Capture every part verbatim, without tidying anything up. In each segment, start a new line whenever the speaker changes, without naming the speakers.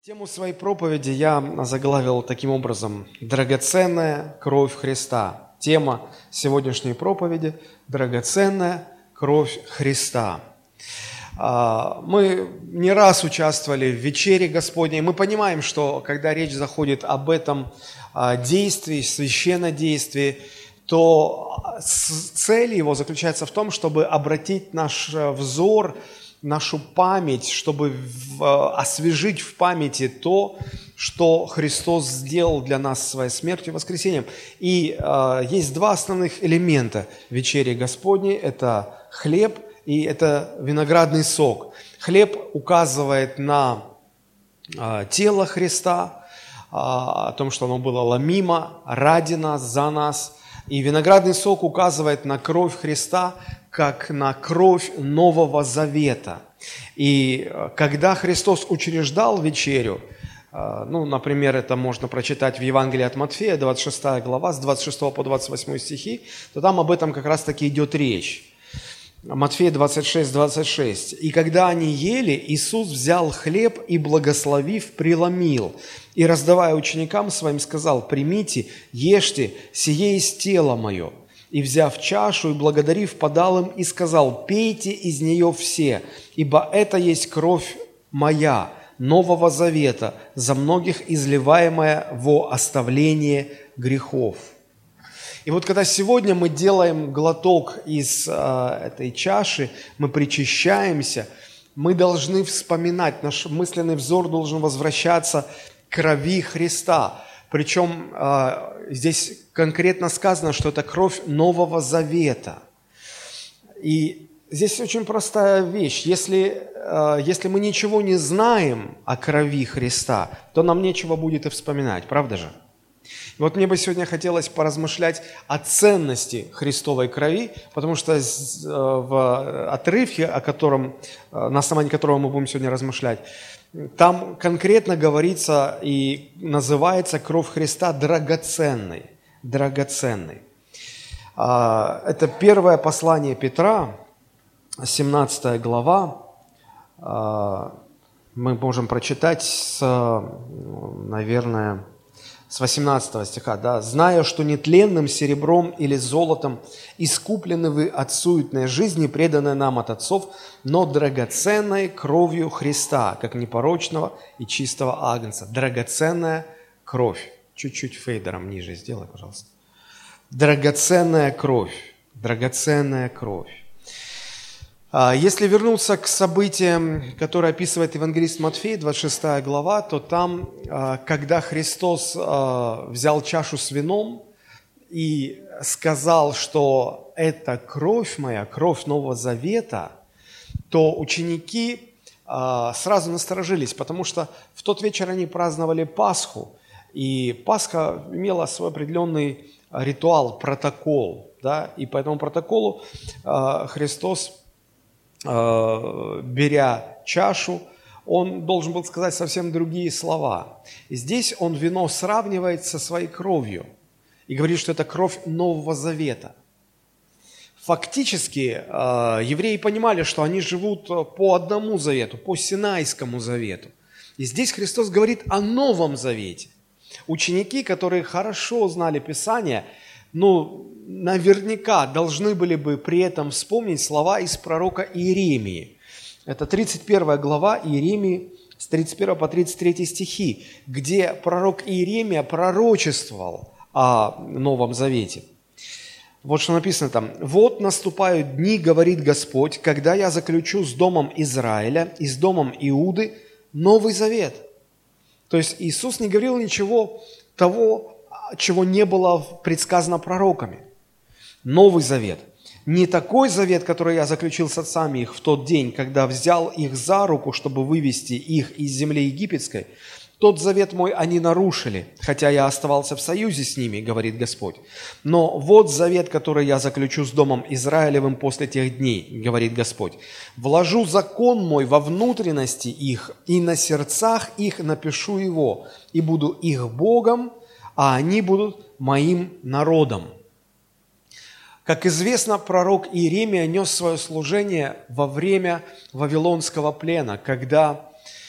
Тему своей проповеди я заглавил таким образом: «Драгоценная кровь Христа». Тема сегодняшней проповеди – «Драгоценная кровь Христа». А, Мы не раз участвовали в вечере Господней. Мы понимаем, что когда речь заходит об этом а, действии, священном действии, то с- цель его заключается в том, чтобы обратить наш э, взор, нашу память, чтобы в- э, освежить в памяти то, что Христос сделал для нас своей смертью и воскресением. И э, есть два основных элемента вечери Господней – это хлеб и это виноградный сок. Хлеб указывает на э, тело Христа, э, о том, что оно было ломимо ради нас, за нас. И виноградный сок указывает на кровь Христа, как на кровь Нового Завета. И э, когда Христос учреждал вечерю, э, ну, например, это можно прочитать в Евангелии от Матфея, двадцать шестая глава, с двадцать шестого по двадцать восьмой стихи, то там об этом как раз-таки идет речь. Матфея двадцать шесть, двадцать шесть. «И когда они ели, Иисус взял хлеб и, благословив, преломил, и, раздавая ученикам своим, сказал: примите, ешьте, сие есть тело мое. И, взяв чашу и благодарив, подал им и сказал: пейте из нее все, ибо это есть кровь моя, Нового Завета, за многих изливаемая во оставление грехов». И вот когда сегодня мы делаем глоток из э, этой чаши, мы причащаемся, мы должны вспоминать, наш мысленный взор должен возвращаться к крови Христа. Причем э, здесь конкретно сказано, что это кровь Нового Завета. И здесь очень простая вещь. Если, э, если мы ничего не знаем о крови Христа, то нам нечего будет и вспоминать, правда же? И вот мне бы сегодня хотелось поразмышлять о ценности Христовой крови, потому что в отрывке, о котором, на основании которого мы будем сегодня размышлять, там конкретно говорится и называется кровь Христа драгоценной. Драгоценной. Это первое послание Петра, семнадцатая глава. Мы можем прочитать с, наверное, с восемнадцатого стиха, да, «Зная, что нетленным серебром или золотом искуплены вы от суетной жизни, преданной нам от отцов, но драгоценной кровью Христа, как непорочного и чистого агнца». Драгоценная кровь. Чуть-чуть фейдером ниже сделай, пожалуйста. Драгоценная кровь. Драгоценная кровь. Если вернуться к событиям, которые описывает евангелист Матфей, двадцать шестая глава, то там, когда Христос взял чашу с вином и сказал, что это кровь моя, кровь Нового Завета, то ученики сразу насторожились, потому что в тот вечер они праздновали Пасху, и Пасха имела свой определенный ритуал, протокол, да, и по этому протоколу Христос, беря чашу, он должен был сказать совсем другие слова. И здесь он вино сравнивает со своей кровью и говорит, что это кровь Нового Завета. Фактически евреи понимали, что они живут по одному завету, по Синайскому завету. И здесь Христос говорит о Новом Завете. Ученики, которые хорошо знали Писание, ну, наверняка должны были бы при этом вспомнить слова из пророка Иеремии. Это тридцать первая глава Иеремии, с тридцать первого по тридцать третий стихи, где пророк Иеремия пророчествовал о Новом Завете. Вот что написано там. «Вот наступают дни, говорит Господь, когда я заключу с домом Израиля и с домом Иуды Новый Завет». То есть Иисус не говорил ничего того, чего не было предсказано пророками. Новый Завет. Не такой завет, который я заключил с отцами их в тот день, когда взял их за руку, чтобы вывести их из земли египетской. Тот завет мой они нарушили, хотя я оставался в союзе с ними, говорит Господь. Но вот завет, который я заключу с домом Израилевым после тех дней, говорит Господь. Вложу закон мой во внутренности их, и на сердцах их напишу его, и буду их Богом, а они будут моим народом. Как известно, пророк Иеремия нес свое служение во время Вавилонского плена, когда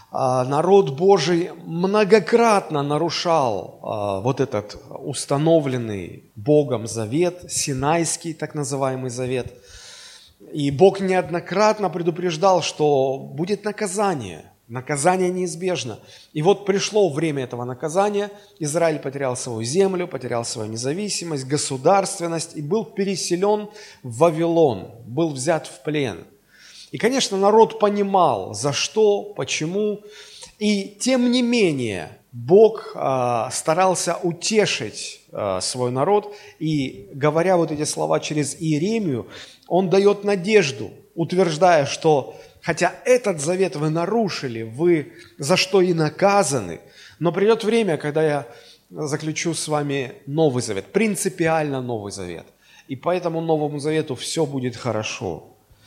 а, народ Божий многократно нарушал а, вот этот установленный Богом завет, Синайский так называемый завет. И Бог неоднократно предупреждал, что будет наказание. Наказание неизбежно. И вот пришло время этого наказания. Израиль потерял свою землю, потерял свою независимость, государственность и был переселен в Вавилон, был взят в плен. И, конечно, народ понимал, за что, почему. И тем не менее, Бог э, старался утешить э, свой народ. И, говоря вот эти слова через Иеремию, Он дает надежду, утверждая, что хотя этот завет вы нарушили, вы за что и наказаны, но придет время, когда я заключу с вами новый завет, принципиально новый завет. И по этому новому завету все будет хорошо.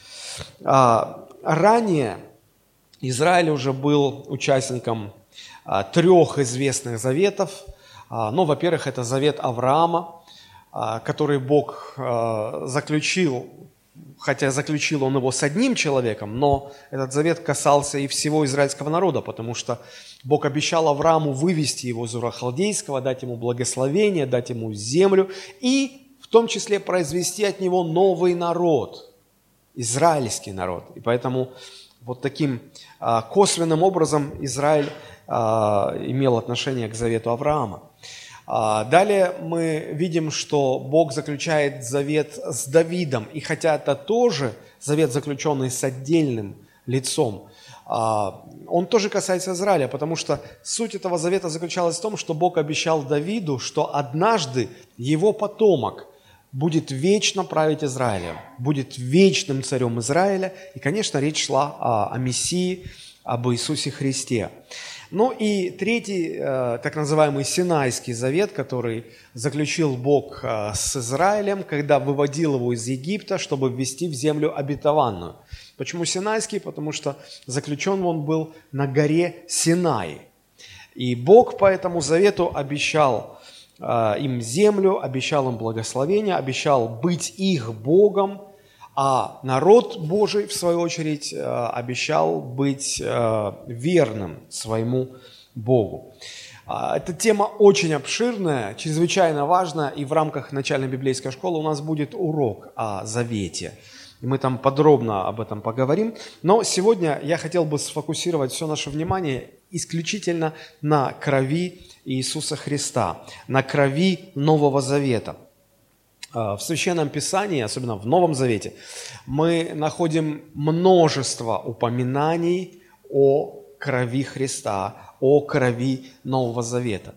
А, ранее Израиль уже был участником а, трех известных заветов. А, ну, во-первых, это завет Авраама, а, который Бог а, заключил, хотя заключил он его с одним человеком, но этот завет касался и всего израильского народа, потому что Бог обещал Аврааму вывести его из Ура Халдейского, дать ему благословение, дать ему землю и в том числе произвести от него новый народ, израильский народ. И поэтому вот таким а, косвенным образом Израиль а, имел отношение к завету Авраама. Далее мы видим, что Бог заключает завет с Давидом. И хотя это тоже завет, заключенный с отдельным лицом, он тоже касается Израиля, потому что суть этого завета заключалась в том, что Бог обещал Давиду, что однажды его потомок будет вечно править Израилем, будет вечным царем Израиля. И, конечно, речь шла о, о Мессии, об Иисусе Христе. Ну и третий, э, так называемый Синайский завет, который заключил Бог э, с Израилем, когда выводил его из Египта, чтобы ввести в землю обетованную. Почему Синайский? Потому что заключен он был на горе Синай. И Бог по этому завету обещал э, им землю, обещал им благословение, обещал быть их Богом, а народ Божий, в свою очередь, обещал быть верным своему Богу. Эта тема очень обширная, чрезвычайно важная, и в рамках начальной библейской школы у нас будет урок о завете. И мы там подробно об этом поговорим. Но сегодня я хотел бы сфокусировать все наше внимание исключительно на крови Иисуса Христа, на крови Нового Завета. В Священном Писании, особенно в Новом Завете, мы находим множество упоминаний о крови Христа, о крови Нового Завета.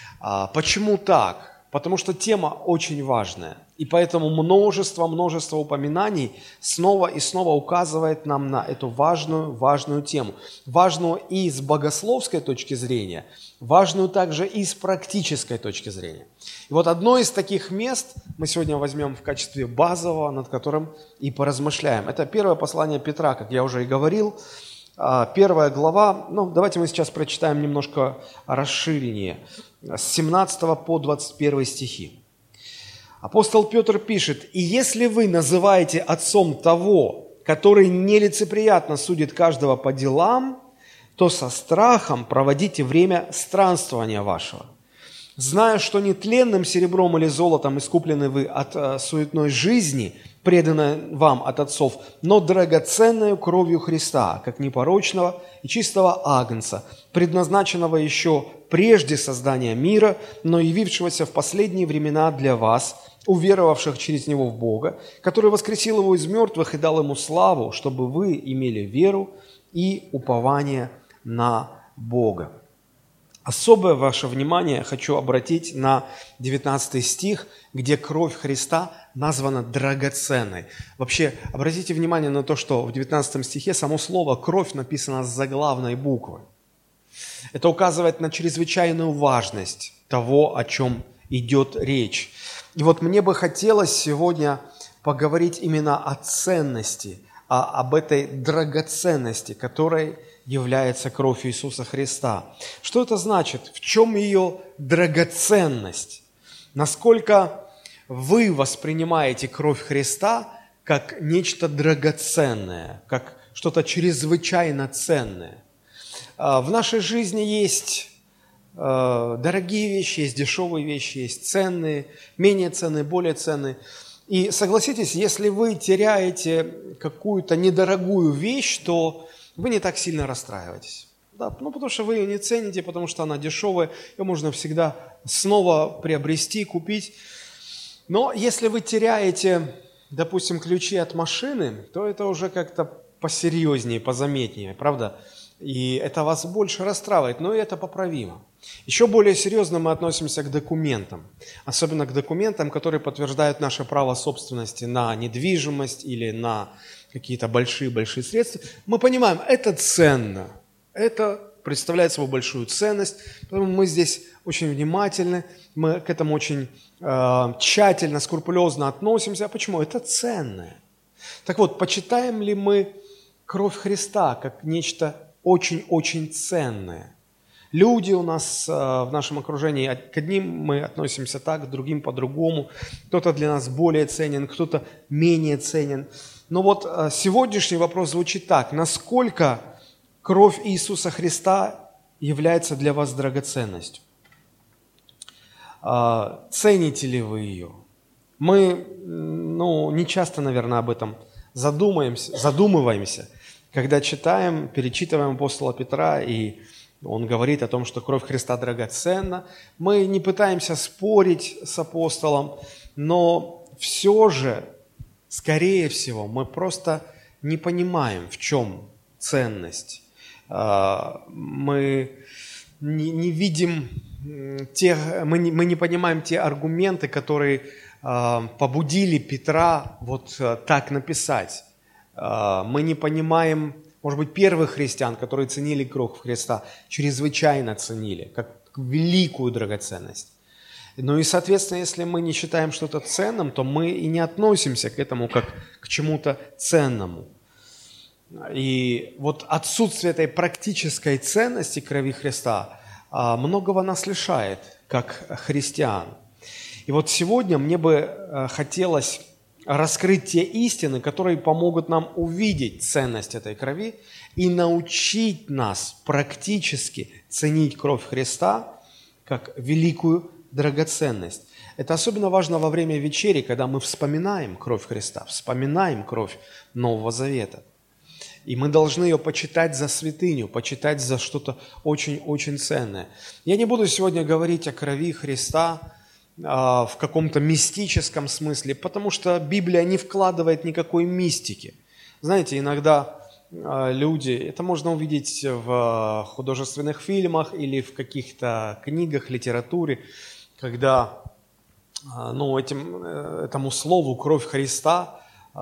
Почему так? Потому что тема очень важная, и поэтому множество-множество упоминаний снова и снова указывает нам на эту важную, важную тему. Важную и с богословской точки зрения, важную также и с практической точки зрения. И вот одно из таких мест мы сегодня возьмем в качестве базового, над которым и поразмышляем. Это первое послание Петра, как я уже и говорил, первая глава. Ну, давайте мы сейчас прочитаем немножко расширение, с семнадцатого по двадцать первый стихи. Апостол Петр пишет: «И если вы называете отцом того, который нелицеприятно судит каждого по делам, то со страхом проводите время странствования вашего, зная, что не тленным серебром или золотом искуплены вы от э, суетной жизни, преданной вам от отцов, но драгоценной кровью Христа, как непорочного и чистого агнца, предназначенного еще прежде создания мира, но явившегося в последние времена для вас, уверовавших через Него в Бога, который воскресил Его из мертвых и дал Ему славу, чтобы вы имели веру и упование на Бога». Особое ваше внимание хочу обратить на девятнадцатый стих, где кровь Христа названа драгоценной. Вообще, обратите внимание на то, что в девятнадцатом стихе само слово «кровь» написано с заглавной буквы. Это указывает на чрезвычайную важность того, о чем идет речь. И вот мне бы хотелось сегодня поговорить именно о ценности, о, об этой драгоценности, которой является кровь Иисуса Христа. Что это значит? В чем ее драгоценность? Насколько вы воспринимаете кровь Христа как нечто драгоценное, как что-то чрезвычайно ценное? А, В нашей жизни есть э, дорогие вещи, есть дешевые вещи, есть ценные, менее ценные, более ценные. И согласитесь, если вы теряете какую-то недорогую вещь, то вы не так сильно расстраиваетесь. Да, ну, потому что вы ее не цените, потому что она дешевая, ее можно всегда снова приобрести, купить. Но если вы теряете, допустим, ключи от машины, то это уже как-то посерьезнее, позаметнее, правда? И это вас больше расстраивает, но и это поправимо. Еще более серьезно мы относимся к документам, особенно к документам, которые подтверждают наше право собственности на недвижимость или на какие-то большие-большие средства. Мы понимаем, это ценно, это представляет собой большую ценность, поэтому мы здесь очень внимательны, мы к этому очень э, тщательно, скрупулезно относимся. Почему? Это ценное. Так вот, почитаем ли мы кровь Христа как нечто очень-очень ценное? Люди у нас э, в нашем окружении, к одним мы относимся так, к другим по-другому. Кто-то для нас более ценен, кто-то менее ценен. Но вот э, сегодняшний вопрос звучит так. Насколько кровь Иисуса Христа является для вас драгоценностью? Э, цените ли вы ее? Мы, ну, не часто, наверное, об этом задумаемся, задумываемся, когда читаем, перечитываем апостола Петра, и он говорит о том, что кровь Христа драгоценна. Мы не пытаемся спорить с апостолом, но все же, скорее всего, мы просто не понимаем, в чем ценность. Мы не, не видим тех, мы не, мы не понимаем те аргументы, которые побудили Петра вот так написать. Мы не понимаем, может быть, первых христиан, которые ценили кровь Христа, чрезвычайно ценили, как великую драгоценность. Ну и, соответственно, если мы не считаем что-то ценным, то мы и не относимся к этому как к чему-то ценному. И вот отсутствие этой практической ценности крови Христа многого нас лишает, как христиан. И вот сегодня мне бы хотелось раскрыть те истины, которые помогут нам увидеть ценность этой крови и научить нас практически ценить кровь Христа как великую драгоценность. Это особенно важно во время вечери, когда мы вспоминаем кровь Христа, вспоминаем кровь Нового Завета. И мы должны ее почитать за святыню, почитать за что-то очень-очень ценное. Я не буду сегодня говорить о крови Христа в каком-то мистическом смысле, потому что Библия не вкладывает никакой мистики. Знаете, иногда люди, это можно увидеть в художественных фильмах или в каких-то книгах, литературе, когда ну, этим, этому слову «кровь Христа»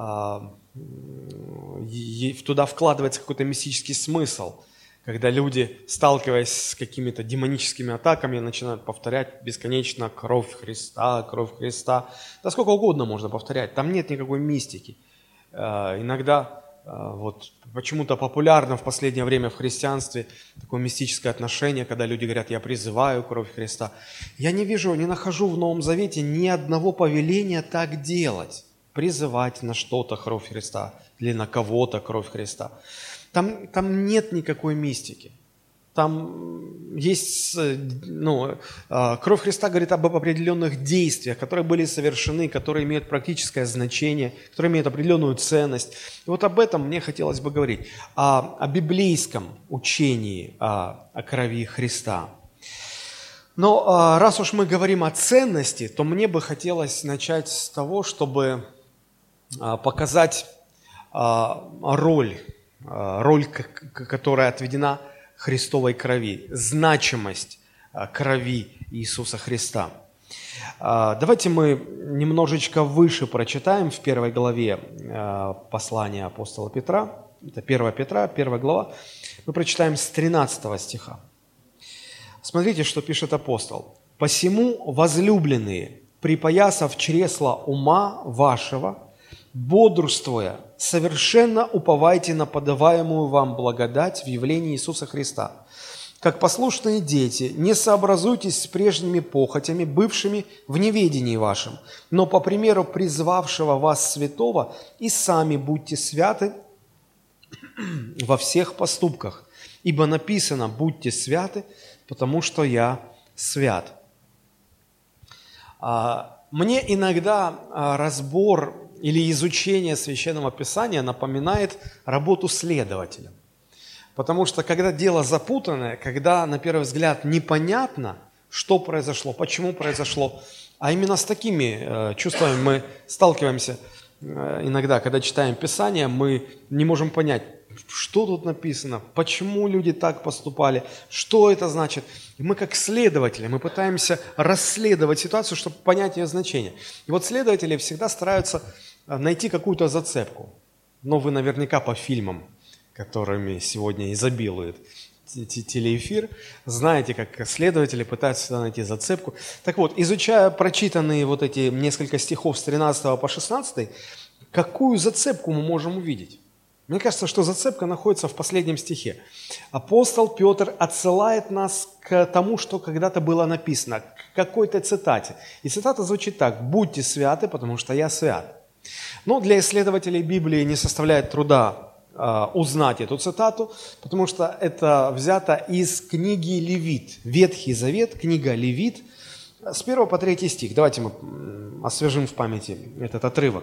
туда вкладывается какой-то мистический смысл, когда люди, сталкиваясь с какими-то демоническими атаками, начинают повторять бесконечно «кровь Христа, кровь Христа». Да сколько угодно можно повторять, там нет никакой мистики. Иногда вот почему-то популярно в последнее время в христианстве такое мистическое отношение, когда люди говорят «я призываю кровь Христа». Я не вижу, не нахожу в Новом Завете ни одного повеления так делать, призывать на что-то кровь Христа или на кого-то кровь Христа. Там, там нет никакой мистики. Там есть, ну, кровь Христа говорит об определенных действиях, которые были совершены, которые имеют практическое значение, которые имеют определенную ценность. И вот об этом мне хотелось бы говорить, о, о библейском учении о, о крови Христа. Но раз уж мы говорим о ценности, то мне бы хотелось начать с того, чтобы показать роль, роль, которая отведена Христовой крови, значимость крови Иисуса Христа. Давайте мы немножечко выше прочитаем в первой главе послания апостола Петра. Это первая Петра, первая глава. Мы прочитаем с тринадцатого стиха. Смотрите, что пишет апостол. «Посему, возлюбленные, припоясав чресла ума вашего, бодрствуя, совершенно уповайте на подаваемую вам благодать в явлении Иисуса Христа. Как послушные дети, не сообразуйтесь с прежними похотями, бывшими в неведении вашем, но по примеру призвавшего вас святого и сами будьте святы во всех поступках. Ибо написано: «Будьте святы, потому что я свят». Мне иногда разбор или изучение Священного Писания напоминает работу следователя. Потому что когда дело запутанное, когда на первый взгляд непонятно, что произошло, почему произошло, а именно с такими чувствами мы сталкиваемся иногда, когда читаем Писание, мы не можем понять, что тут написано, почему люди так поступали, что это значит. И мы как следователи, мы пытаемся расследовать ситуацию, чтобы понять ее значение. И вот следователи всегда стараются найти какую-то зацепку. Но вы наверняка по фильмам, которыми сегодня изобилует телеэфир, знаете, как следователи пытаются всегда найти зацепку. Так вот, изучая прочитанные вот эти несколько стихов с тринадцатого по шестнадцатый, какую зацепку мы можем увидеть? Мне кажется, что зацепка находится в последнем стихе. Апостол Петр отсылает нас к тому, что когда-то было написано, к какой-то цитате. И цитата звучит так: «Будьте святы, потому что я свят». Но для исследователей Библии не составляет труда э, узнать эту цитату, потому что это взято из книги Левит, Ветхий Завет, книга Левит, с первого по третий стих. Давайте мы освежим в памяти этот отрывок.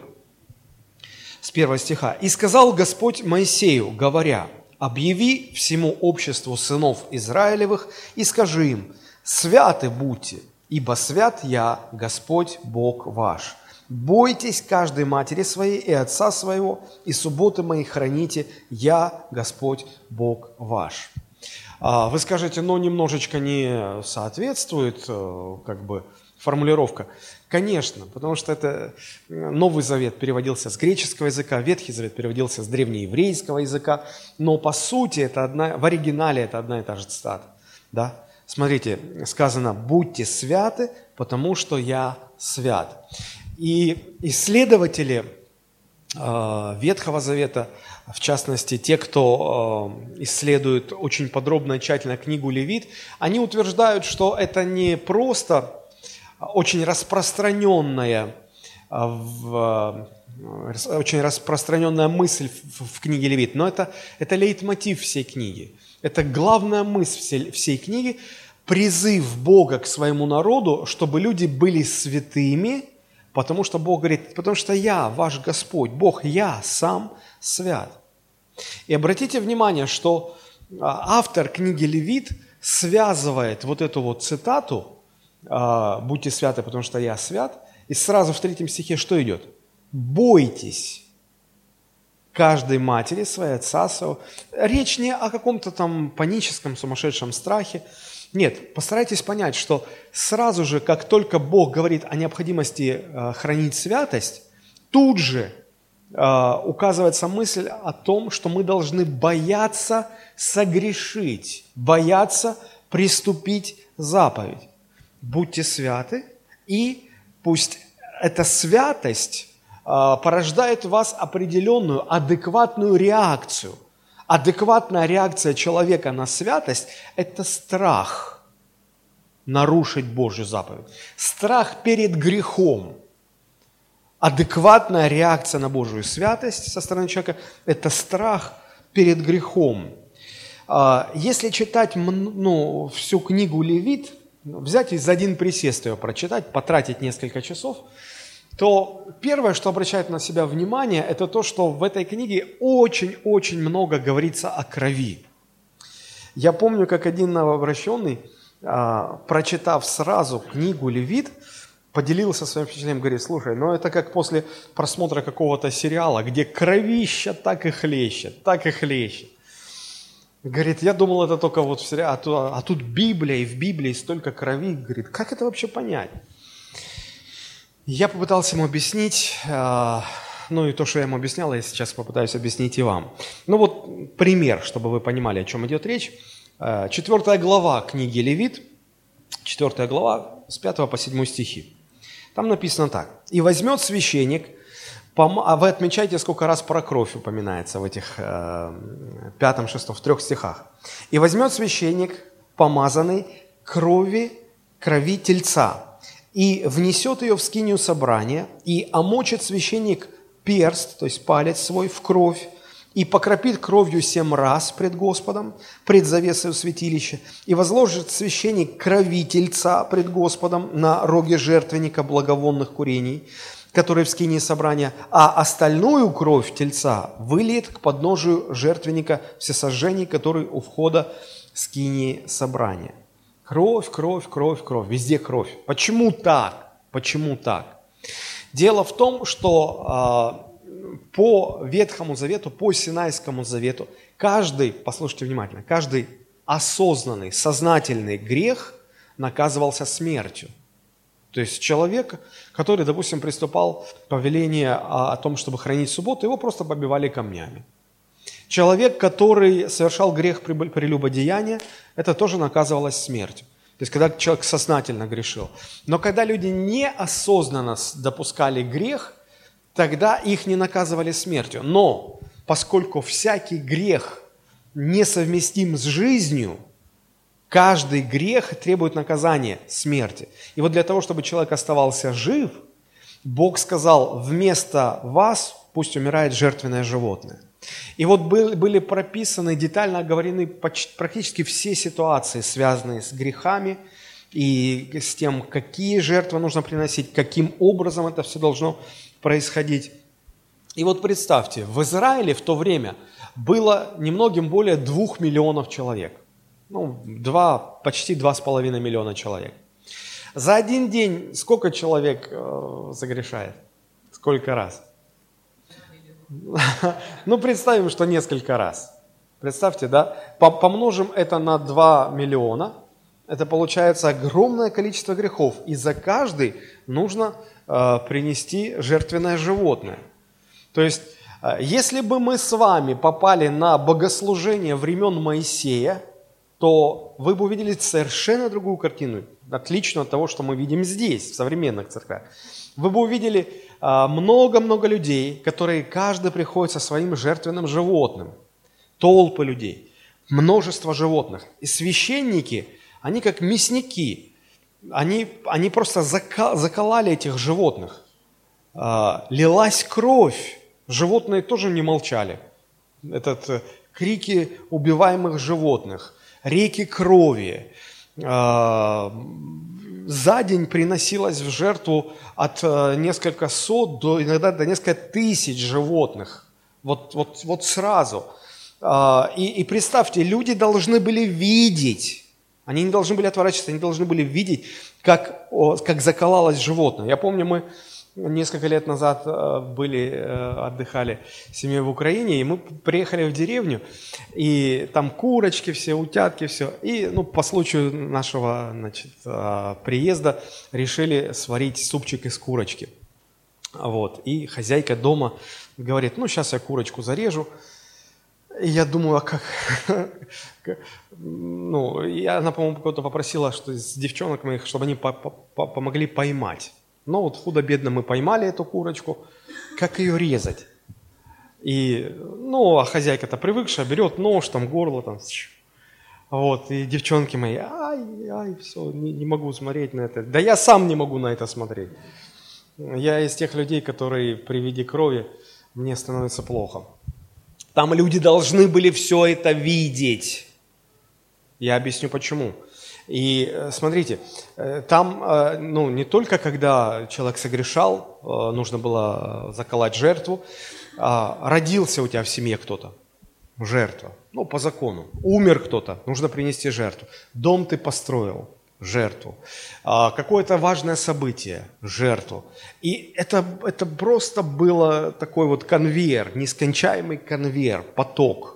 С первого стиха. «И сказал Господь Моисею, говоря: объяви всему обществу сынов Израилевых и скажи им: святы будьте, ибо свят я, Господь Бог ваш. Бойтесь каждой матери своей и отца своего, и субботы мои храните, я, Господь Бог ваш». Вы скажете, но немножечко не соответствует как бы формулировка. Конечно, потому что это Новый Завет переводился с греческого языка, Ветхий Завет переводился с древнееврейского языка, но по сути это одна, в оригинале это одна и та же цитата. Да? Смотрите, сказано: «Будьте святы, потому что я свят». И исследователи э, Ветхого Завета, в частности, те, кто э, исследует очень подробно и тщательно книгу Левит, они утверждают, что это не просто очень распространенная, в, очень распространенная мысль в, в книге Левит, но это, это лейтмотив всей книги. Это главная мысль всей, всей книги – призыв Бога к своему народу, чтобы люди были святыми, потому что Бог говорит: потому что я, ваш Господь, Бог, я сам свят. И обратите внимание, что автор книги Левит связывает вот эту вот цитату «Будьте святы, потому что я свят», и сразу в третьем стихе что идет? «Бойтесь каждой матери своей, отца своего». Речь не о каком-то там паническом, сумасшедшем страхе. Нет, постарайтесь понять, что сразу же, как только Бог говорит о необходимости хранить святость, тут же указывается мысль о том, что мы должны бояться согрешить, бояться приступить заповедь. Будьте святы, и пусть эта святость э, порождает в вас определенную, адекватную реакцию. Адекватная реакция человека на святость – это страх нарушить Божью заповедь. Страх перед грехом. Адекватная реакция на Божью святость со стороны человека – это страх перед грехом. Э, если читать ну, всю книгу Левит, взять и за один присест ее прочитать, потратить несколько часов, то первое, что обращает на себя внимание, это то, что в этой книге очень-очень много говорится о крови. Я помню, как один новообращенный, прочитав сразу книгу Левит, поделился своим впечатлением, говорит: слушай, ну это как после просмотра какого-то сериала, где кровища так и хлещет, так и хлещет. Говорит, я думал, это только вот в сериале, а тут, а тут Библия, и в Библии столько крови. Говорит, как это вообще понять? Я попытался ему объяснить, ну и то, что я ему объяснял, я сейчас попытаюсь объяснить и вам. Ну вот пример, чтобы вы понимали, о чем идет речь. Четвертая глава книги Левит, четвертая глава, с пятого по седьмой стихи. Там написано так. «И возьмет священник». А вы отмечаете, сколько раз про кровь упоминается в этих э, пятом, шестом, в трех стихах. «И возьмет священник, помазанный крови, крови тельца, и внесет ее в скинию собрания, и омочит священник перст, то есть палец свой, в кровь, и покропит кровью семь раз пред Господом, пред завесою святилища, и возложит священник крови тельца пред Господом на роге жертвенника благовонных курений, который в скинии собрания, а остальную кровь тельца выльет к подножию жертвенника всесожжений, который у входа в скинии собрания. Кровь, кровь, кровь, кровь, везде кровь. Почему так? Почему так? Дело в том, что э, по Ветхому Завету, по Синайскому Завету, каждый, послушайте внимательно, каждый осознанный, сознательный грех наказывался смертью. То есть человек, который, допустим, приступал повеление о, о том, чтобы хранить субботу, его просто побивали камнями. Человек, который совершал грех прелюбодеяния, это тоже наказывалось смертью. То есть, когда человек сознательно грешил. Но когда люди неосознанно допускали грех, тогда их не наказывали смертью. Но поскольку всякий грех несовместим с жизнью, каждый грех требует наказания смерти. И вот для того, чтобы человек оставался жив, Бог сказал: вместо вас пусть умирает жертвенное животное. И вот были прописаны, детально оговорены практически все ситуации, связанные с грехами и с тем, какие жертвы нужно приносить, каким образом это все должно происходить. И вот представьте, в Израиле в то время было немногим более двух миллионов человек. Ну, два, почти два с половиной миллиона человек. За один день сколько человек э, загрешает? Сколько раз? Ну, представим, что несколько раз. Представьте, да? Помножим это на два миллиона. Это получается огромное количество грехов. И за каждый нужно э, принести жертвенное животное. То есть, э, если бы мы с вами попали на богослужение времен Моисея, то вы бы увидели совершенно другую картину, отличную от того, что мы видим здесь, в современных церквях. Вы бы увидели много-много людей, которые каждый приходит со своим жертвенным животным. Толпы людей, множество животных. И священники, они как мясники, они, они просто закололи этих животных. Лилась кровь, животные тоже не молчали. Этот, крики убиваемых животных, реки крови. За день приносилось в жертву от несколько сот до иногда до несколько тысяч животных. Вот, вот, вот сразу. И, и представьте, люди должны были видеть, они не должны были отворачиваться, они должны были видеть, как, как закололось животное. Я помню, мы несколько лет назад были, отдыхали с семьей в Украине, и мы приехали в деревню, и там курочки все, утятки, все. И ну, по случаю нашего значит, приезда решили сварить супчик из курочки. Вот. И хозяйка дома говорит: ну, сейчас я курочку зарежу. И я думаю, а как? Ну, и она, по-моему, кого-то попросила, что из девчонок моих, чтобы они помогли поймать. Но вот худо-бедно мы поймали эту курочку, как ее резать. И, ну, а хозяйка-то привыкшая, берет нож, там, горло, там, вот, и девчонки мои, ай, ай, все, не, не могу смотреть на это. Да я сам не могу на это смотреть. Я из тех людей, которые при виде крови, мне становится плохо. Там люди должны были все это видеть. Я объясню, почему. И смотрите, там ну, не только когда человек согрешал, нужно было заколоть жертву, родился у тебя в семье кто-то, жертва, ну по закону, умер кто-то, нужно принести жертву, дом ты построил, жертву, какое-то важное событие, жертву. И это, это просто было такой вот конвейер, нескончаемый конвейер, поток.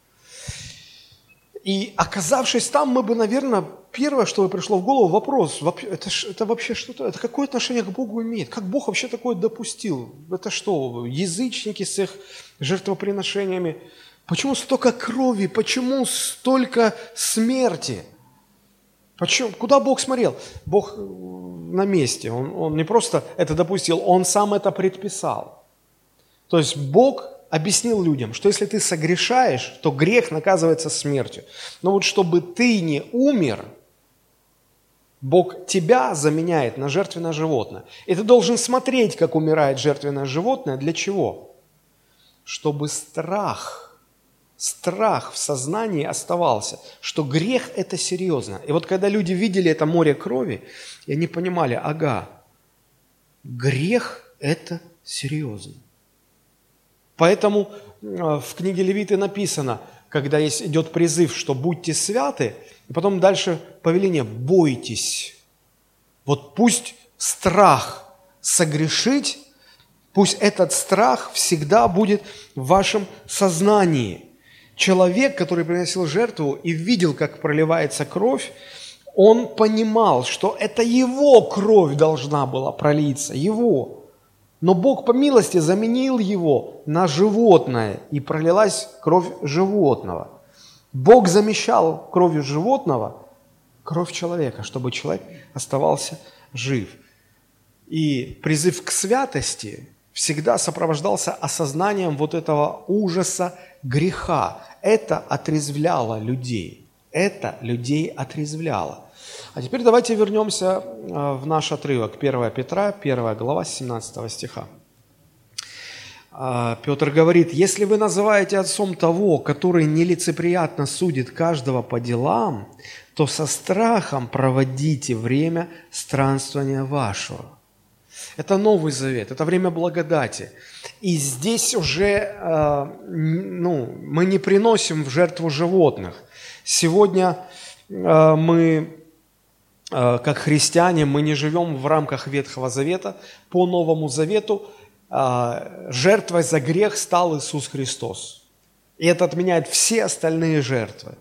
И оказавшись там, мы бы, наверное, первое, что пришло в голову, вопрос, это, это вообще что-то, это какое отношение к Богу имеет? Как Бог вообще такое допустил? Это что, язычники с их жертвоприношениями? Почему столько крови? Почему столько смерти? Почему? Куда Бог смотрел? Бог на месте, он, он не просто это допустил, Он сам это предписал. То есть Бог объяснил людям, что если ты согрешаешь, то грех наказывается смертью. Но вот чтобы ты не умер, Бог тебя заменяет на жертвенное животное. И ты должен смотреть, как умирает жертвенное животное. Для чего? чтобы страх, страх в сознании оставался, что грех – это серьезно. И вот когда люди видели это море крови, и они понимали, ага, грех – это серьезно. Поэтому в книге Левиты написано, когда есть, идет призыв, что будьте святы, и потом дальше повеление бойтесь. Вот пусть страх согрешить, пусть этот страх всегда будет в вашем сознании. Человек, который приносил жертву и видел, как проливается кровь, он понимал, что это его кровь должна была пролиться, его. Но Бог по милости заменил его на животное, и пролилась кровь животного. Бог замещал кровью животного кровь человека, чтобы человек оставался жив. И призыв к святости всегда сопровождался осознанием вот этого ужаса греха. Это отрезвляло людей. Это людей отрезвляло. А теперь давайте вернемся в наш отрывок. первое Петра, первая глава, семнадцатого стиха. Петр говорит: «Если вы называете отцом того, который нелицеприятно судит каждого по делам, то со страхом проводите время странствования вашего». Это Новый Завет, это время благодати. И здесь уже ну, мы не приносим в жертву животных. Сегодня мы, как христиане, мы не живем в рамках Ветхого Завета. По Новому Завету жертвой за грех стал Иисус Христос. И это отменяет все остальные жертвы.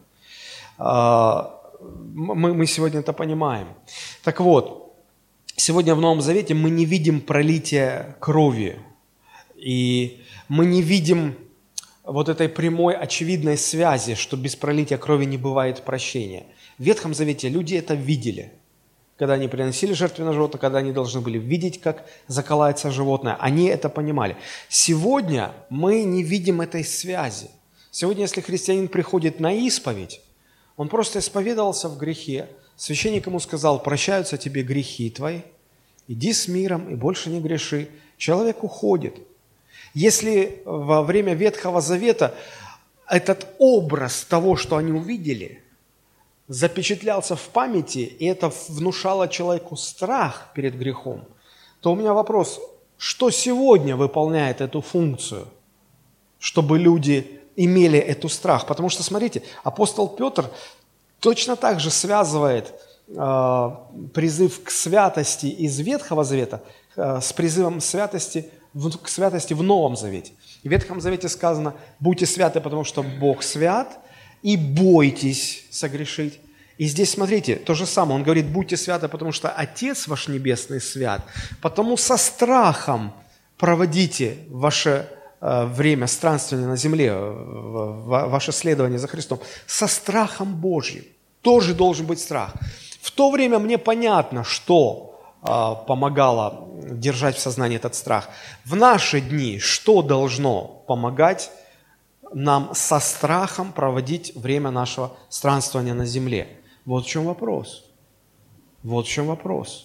Мы, мы сегодня это понимаем. Так вот, сегодня в Новом Завете мы не видим пролития крови. И мы не видим вот этой прямой, очевидной связи, что без пролития крови не бывает прощения. В Ветхом Завете люди это видели. Когда они приносили жертвенное животное, когда они должны были видеть, как заколается животное, они это понимали. Сегодня мы не видим этой связи. Сегодня, если христианин приходит на исповедь, он просто исповедовался в грехе, священник ему сказал: прощаются тебе грехи твои, иди с миром и больше не греши. Человек уходит. Если во время Ветхого Завета этот образ того, что они увидели, запечатлялся в памяти, и это внушало человеку страх перед грехом, то у меня вопрос: что сегодня выполняет эту функцию, чтобы люди имели эту страх? Потому что, смотрите, апостол Петр точно так же связывает э, призыв к святости из Ветхого Завета э, с призывом святости в, к святости в Новом Завете. В Ветхом Завете сказано: будьте святы, потому что Бог свят, и бойтесь согрешить. И здесь, смотрите, то же самое. Он говорит: будьте святы, потому что Отец ваш Небесный свят. Потому со страхом проводите ваше э, время странствования на земле, э, ваше следование за Христом. Со страхом Божьим. Тоже должен быть страх. В то время мне понятно, что э, помогало держать в сознании этот страх. В наши дни что должно помогать нам со страхом проводить время нашего странствования на земле? Вот в чем вопрос. Вот в чем вопрос.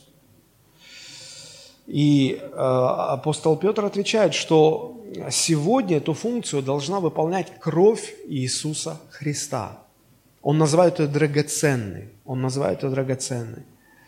И э, апостол Петр отвечает, что сегодня эту функцию должна выполнять кровь Иисуса Христа. Он называет ее драгоценной. Он называет ее драгоценной.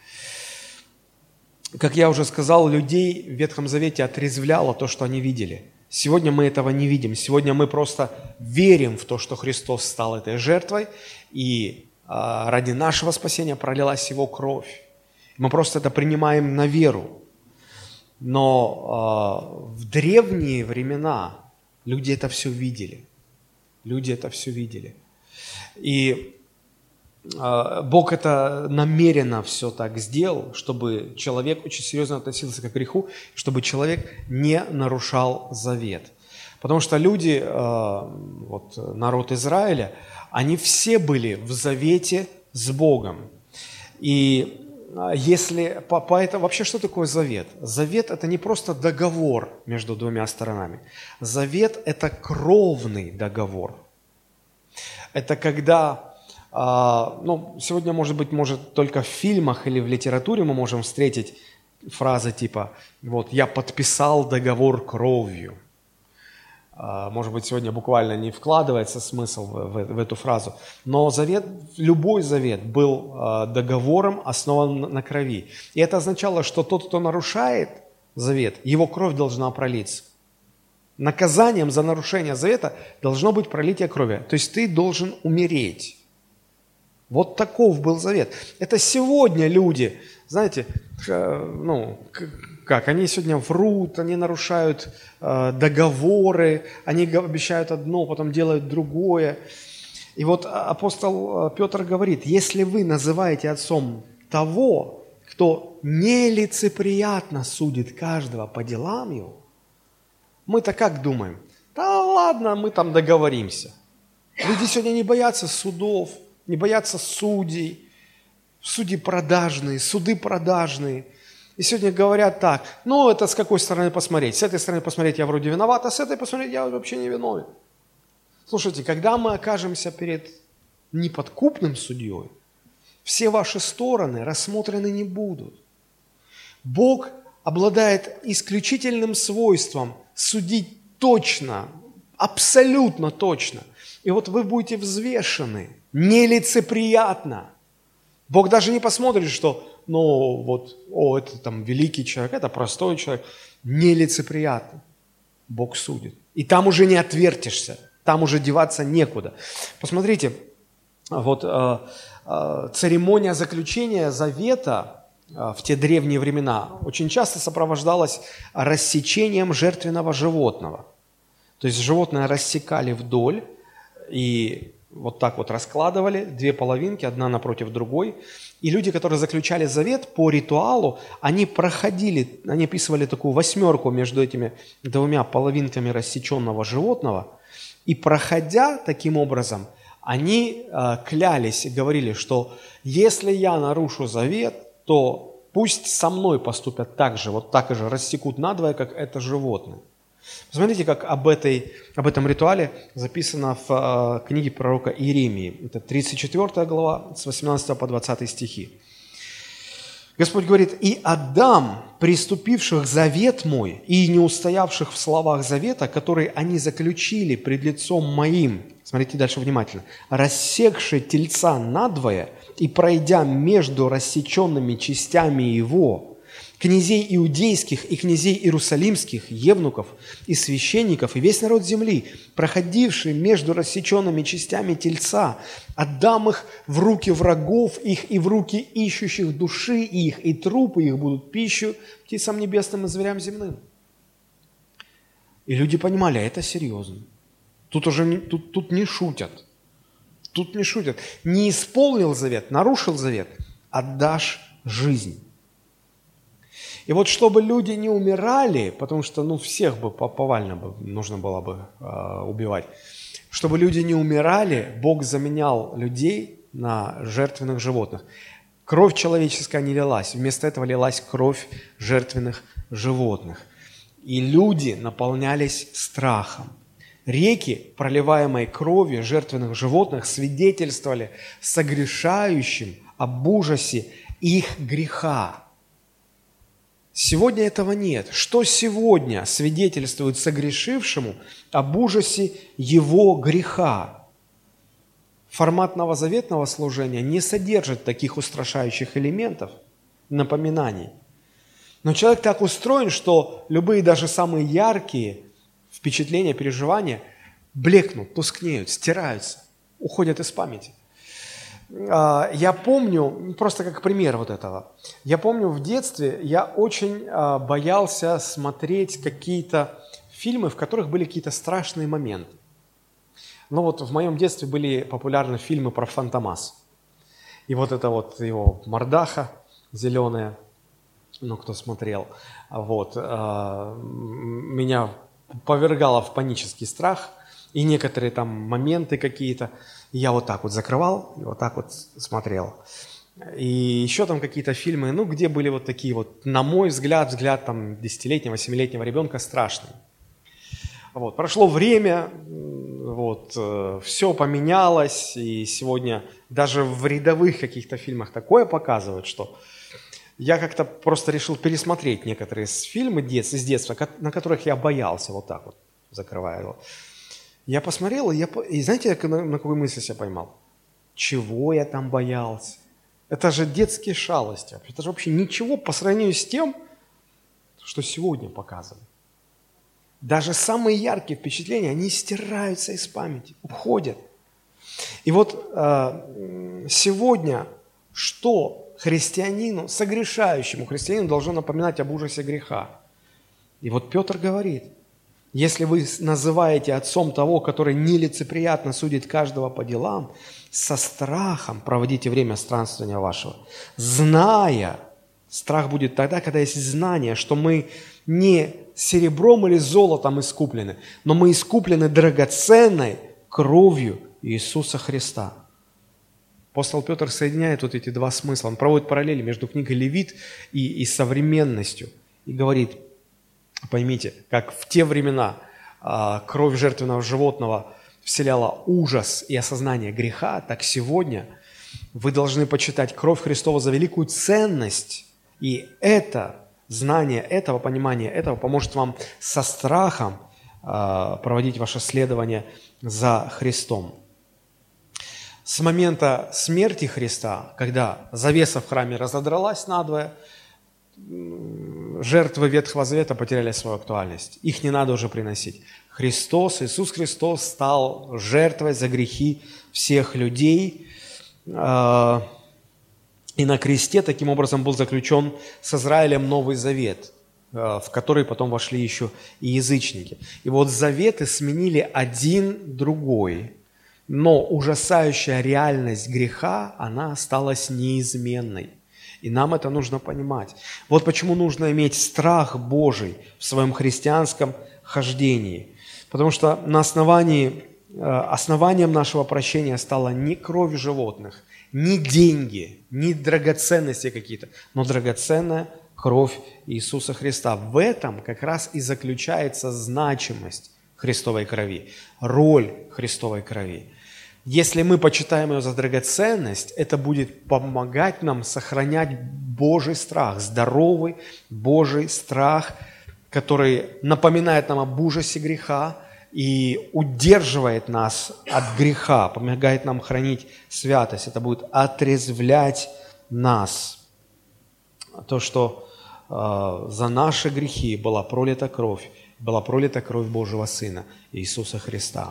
Как я уже сказал, людей в Ветхом Завете отрезвляло то, что они видели. Сегодня мы этого не видим. Сегодня мы просто верим в то, что Христос стал этой жертвой, и а, ради нашего спасения пролилась Его кровь. Мы просто это принимаем на веру. Но а, в древние времена люди это все видели. Люди это все видели. И а, Бог это намеренно все так сделал, чтобы человек очень серьезно относился к греху, чтобы человек не нарушал завет. Потому что люди, вот народ Израиля, они все были в завете с Богом. И если, поэтому вообще что такое завет? Завет – это не просто договор между двумя сторонами. Завет – это кровный договор. Это когда, ну, сегодня, может быть, может только в фильмах или в литературе мы можем встретить фразы типа: вот, я подписал договор кровью. А, Может быть, сегодня буквально не вкладывается смысл в, в- в эту фразу, но завет, любой завет был а, договором, основан на на крови. И это означало, что тот, кто нарушает завет, его кровь должна пролиться. Наказанием за нарушение завета должно быть пролитие крови. То есть ты должен умереть. Вот таков был завет. Это сегодня люди, знаете, э, ну, к- как, они сегодня врут, они нарушают э, договоры, они г- обещают одно, потом делают другое. И вот а- апостол э, Петр говорит, если вы называете отцом того, кто нелицеприятно судит каждого по делам его, мы-то как думаем? Да ладно, мы там договоримся. Люди сегодня не боятся судов, не боятся судей, судьи продажные, суды продажные. И сегодня говорят так, ну это с какой стороны посмотреть? С этой стороны посмотреть я вроде виноват, а с этой посмотреть я вообще не виновен. Слушайте, когда мы окажемся перед неподкупным судьей, все ваши стороны рассмотрены не будут. Бог обладает исключительным свойством судить точно, абсолютно точно. И вот вы будете взвешены, нелицеприятно. Бог даже не посмотрит, что, ну, вот, о, это там великий человек, это простой человек. Нелицеприятно. Бог судит. И там уже не отвертишься, там уже деваться некуда. Посмотрите, вот э, э, церемония заключения завета э, в те древние времена очень часто сопровождалась рассечением жертвенного животного. То есть животное рассекали вдоль и вот так вот раскладывали, две половинки, одна напротив другой. И люди, которые заключали завет по ритуалу, они проходили, они описывали такую восьмерку между этими двумя половинками рассеченного животного. И проходя таким образом, они э, клялись и говорили, что если я нарушу завет, то пусть со мной поступят так же, вот так же рассекут надвое, как это животное. Посмотрите, как об, этой, об этом ритуале записано в э, книге пророка Иеремии. Это тридцать четвёртая глава, с восемнадцатого по двадцатый стихи. Господь говорит, «И отдам приступивших завет мой и не устоявших в словах завета, которые они заключили пред лицом моим». Смотрите дальше внимательно. «Рассекши тельца надвое и пройдя между рассеченными частями его, князей иудейских и князей иерусалимских, евнуков и священников, и весь народ земли, проходивший между рассеченными частями тельца, отдам их в руки врагов их и в руки ищущих души их, и трупы их будут пищу птицам небесным и зверям земным». И люди понимали, это серьезно. Тут уже не, тут, тут не шутят. Тут не шутят. Не исполнил завет, нарушил завет, отдашь жизнь. И вот чтобы люди не умирали, потому что ну, всех бы повально бы нужно было бы э, убивать, чтобы люди не умирали, Бог заменял людей на жертвенных животных. Кровь человеческая не лилась, вместо этого лилась кровь жертвенных животных. И люди наполнялись страхом. Реки, проливаемой кровью жертвенных животных, свидетельствовали согрешающим об ужасе их греха. Сегодня этого нет. Что сегодня свидетельствует согрешившему об ужасе его греха? Формат новозаветного служения не содержит таких устрашающих элементов, напоминаний. Но человек так устроен, что любые даже самые яркие впечатления, переживания блекнут, тускнеют, стираются, уходят из памяти. Я помню, просто как пример вот этого, я помню в детстве я очень боялся смотреть какие-то фильмы, в которых были какие-то страшные моменты. Ну вот в моем детстве были популярны фильмы про Фантомас. И вот это вот его мордаха зеленая, ну кто смотрел, вот, меня повергало в панический страх. И некоторые там моменты какие-то, я вот так вот закрывал, и вот так вот смотрел. И еще там какие-то фильмы, ну, где были вот такие вот, на мой взгляд, взгляд там десятилетнего, семилетнего ребенка страшные. Вот, прошло время, вот, э, все поменялось, и сегодня даже в рядовых каких-то фильмах такое показывают, что я как-то просто решил пересмотреть некоторые фильмы детства, из детства, на которых я боялся вот так вот. закрываю его. Я посмотрел, и, я, и знаете, на, на какую мысль я поймал? Чего я там боялся? Это же детские шалости. Это же вообще ничего по сравнению с тем, что сегодня показано. Даже самые яркие впечатления, они стираются из памяти, уходят. И вот э, сегодня что христианину, согрешающему христианину должно напоминать об ужасе греха? И вот Петр говорит, если вы называете отцом того, который нелицеприятно судит каждого по делам, со страхом проводите время странствования вашего, зная, страх будет тогда, когда есть знание, что мы не серебром или золотом искуплены, но мы искуплены драгоценной кровью Иисуса Христа. Апостол Петр соединяет вот эти два смысла. Он проводит параллели между книгой Левит и, и современностью. И говорит, поймите, как в те времена а, кровь жертвенного животного вселяла ужас и осознание греха, так сегодня вы должны почитать кровь Христова за великую ценность. И это знание этого, понимание этого поможет вам со страхом а, проводить ваше следование за Христом. С момента смерти Христа, когда завеса в храме разодралась надвое, жертвы Ветхого Завета потеряли свою актуальность. Их не надо уже приносить. Христос, Иисус Христос стал жертвой за грехи всех людей. И на кресте таким образом был заключен с Израилем Новый Завет, в который потом вошли еще и язычники. И вот заветы сменили один другой. Но ужасающая реальность греха, она осталась неизменной. И нам это нужно понимать. Вот почему нужно иметь страх Божий в своем христианском хождении. Потому что на основании, основанием нашего прощения стала не кровь животных, не деньги, не драгоценности какие-то, но драгоценная кровь Иисуса Христа. В этом как раз и заключается значимость Христовой крови, роль Христовой крови. Если мы почитаем ее за драгоценность, это будет помогать нам сохранять Божий страх, здоровый Божий страх, который напоминает нам об ужасе греха и удерживает нас от греха, помогает нам хранить святость. Это будет отрезвлять нас. То, что э, за наши грехи была пролита кровь, была пролита кровь Божьего Сына Иисуса Христа.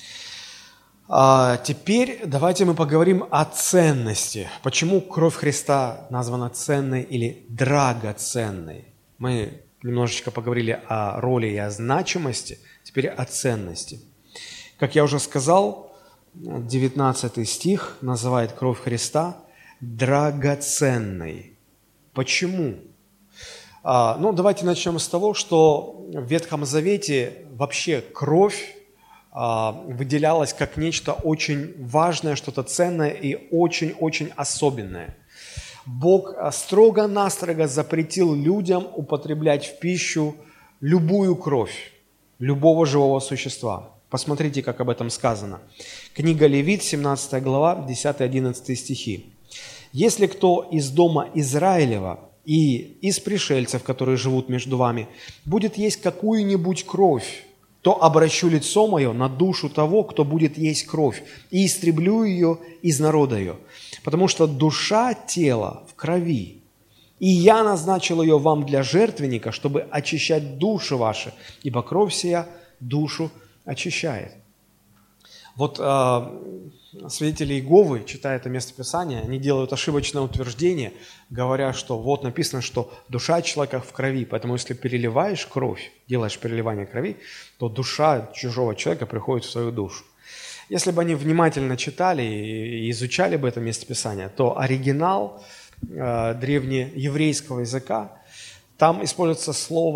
А теперь давайте мы поговорим о ценности. Почему кровь Христа названа ценной или драгоценной? Мы немножечко поговорили о роли и о значимости, теперь о ценности. Как я уже сказал, девятнадцатый стих называет кровь Христа драгоценной. Почему? А, ну, давайте начнем с того, что в Ветхом Завете вообще кровь выделялось как нечто очень важное, что-то ценное и очень-очень особенное. Бог строго-настрого запретил людям употреблять в пищу любую кровь, любого живого существа. Посмотрите, как об этом сказано. Книга Левит, семнадцатая глава, десятый-одиннадцатый стихи. «Если кто из дома Израилева и из пришельцев, которые живут между вами, будет есть какую-нибудь кровь, то обращу лицо мое на душу того, кто будет есть кровь, и истреблю ее из народа ее. Потому что душа тела в крови, и я назначил ее вам для жертвенника, чтобы очищать души ваши, ибо кровь сия душу очищает». Вот э, свидетели Иеговы, читая это местописание, они делают ошибочное утверждение, говоря, что вот написано, что душа человека в крови, поэтому если переливаешь кровь, делаешь переливание крови, то душа чужого человека приходит в свою душу. Если бы они внимательно читали и изучали бы это местописание, то оригинал э, древнееврейского языка, там используется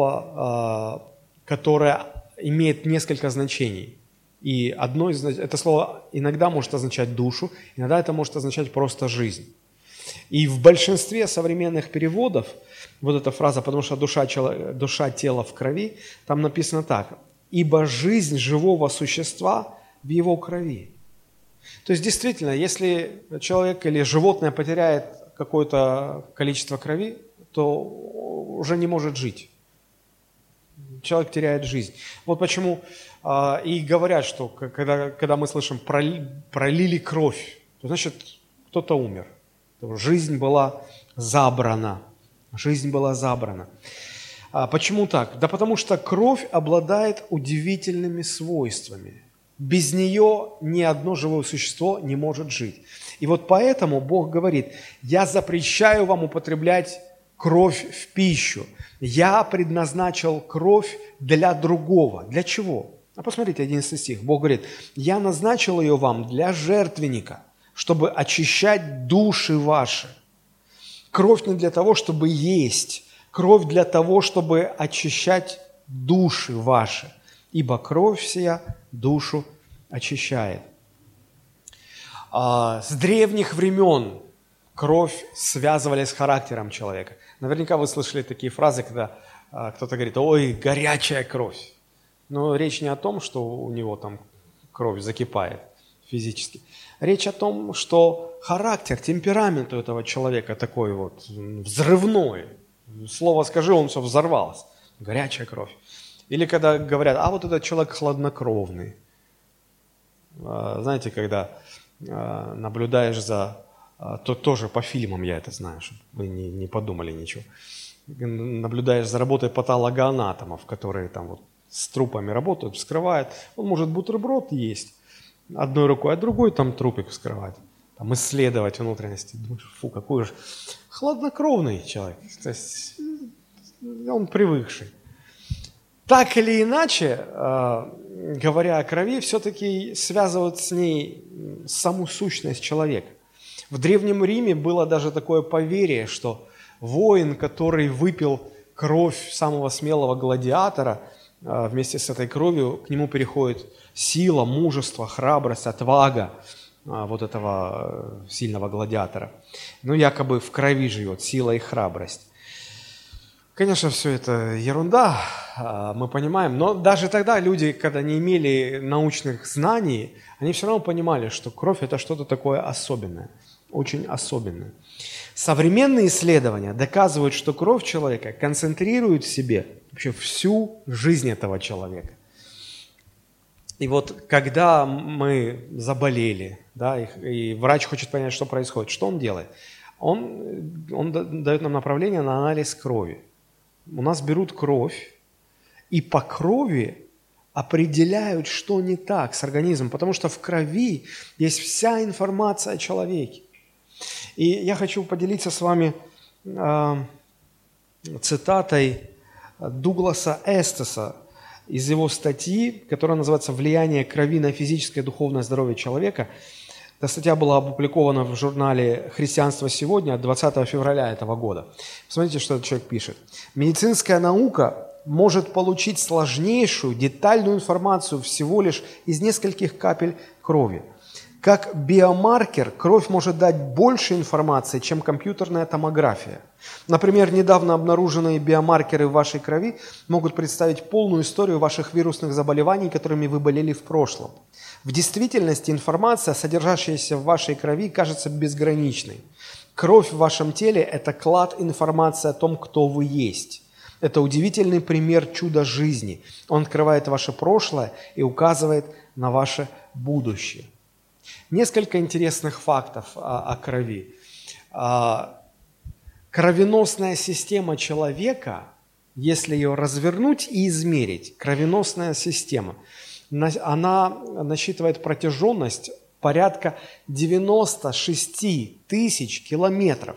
слово, э, которое имеет несколько значений. И одно из это слово иногда может означать душу, иногда это может означать просто жизнь. И в большинстве современных переводов вот эта фраза, потому что душа, душа тела в крови, там написано так: «Ибо жизнь живого существа в его крови». То есть действительно, если человек или животное потеряет какое-то количество крови, то уже не может жить. Человек теряет жизнь. Вот почему А, И говорят, что к- когда, когда мы слышим «проли- «пролили кровь», то значит кто-то умер. Жизнь была забрана. Жизнь была забрана. А почему так? Да потому что кровь обладает удивительными свойствами. Без нее ни одно живое существо не может жить. И вот поэтому Бог говорит: «Я запрещаю вам употреблять кровь в пищу. Я предназначил кровь для другого». Для чего? А посмотрите, одиннадцатый стих. Бог говорит: «Я назначил ее вам для жертвенника, чтобы очищать души ваши». Кровь не для того, чтобы есть. Кровь для того, чтобы очищать души ваши. Ибо кровь сия душу очищает. А, С древних времен кровь связывали с характером человека. Наверняка вы слышали такие фразы, когда а, кто-то говорит: «Ой, горячая кровь». Но речь не о том, что у него там кровь закипает физически. Речь о том, что характер, темперамент у этого человека такой вот взрывной. Слово скажи, он все взорвалось. Горячая кровь. Или когда говорят: «А вот этот человек хладнокровный». А, Знаете, когда а, наблюдаешь за... а, То тоже по фильмам я это знаю, чтобы вы не, не подумали ничего. Наблюдаешь за работой патологоанатомов, которые там вот с трупами работают, вскрывают. Он может бутерброд есть одной рукой, а другой там трупик вскрывать, там исследовать внутренности. Думаешь, фу, какой же хладнокровный человек. То есть он привыкший. Так или иначе, э, говоря о крови, все-таки связывают с ней саму сущность человека. В Древнем Риме было даже такое поверье, что воин, который выпил кровь самого смелого гладиатора, э, вместе с этой кровью к нему переходит сила, мужество, храбрость, отвага э, вот этого сильного гладиатора. Ну, якобы в крови живет сила и храбрость. Конечно, все это ерунда, мы понимаем, но даже тогда люди, когда не имели научных знаний, они все равно понимали, что кровь – это что-то такое особенное, очень особенное. Современные исследования доказывают, что кровь человека концентрирует в себе вообще всю жизнь этого человека. И вот когда мы заболели, да, и, и врач хочет понять, что происходит, что он делает? Он, он дает нам направление на анализ крови. У нас берут кровь, и по крови определяют, что не так с организмом, потому что в крови есть вся информация о человеке. И я хочу поделиться с вами э, цитатой Дугласа Эстеса из его статьи, которая называется «Влияние крови на физическое и духовное здоровье человека». Эта статья была опубликована в журнале «Христианство сегодня» от двадцатого февраля этого года. Посмотрите, что этот человек пишет. «Медицинская наука может получить сложнейшую, детальную информацию всего лишь из нескольких капель крови. Как биомаркер кровь может дать больше информации, чем компьютерная томография. Например, недавно обнаруженные биомаркеры в вашей крови могут представить полную историю ваших вирусных заболеваний, которыми вы болели в прошлом. В действительности информация, содержащаяся в вашей крови, кажется безграничной. Кровь в вашем теле – это клад информации о том, кто вы есть. Это удивительный пример чуда жизни. Он открывает ваше прошлое и указывает на ваше будущее». Несколько интересных фактов о, о крови. А, кровеносная система человека, если ее развернуть и измерить, кровеносная система, она насчитывает протяженность порядка девяносто шесть тысяч километров.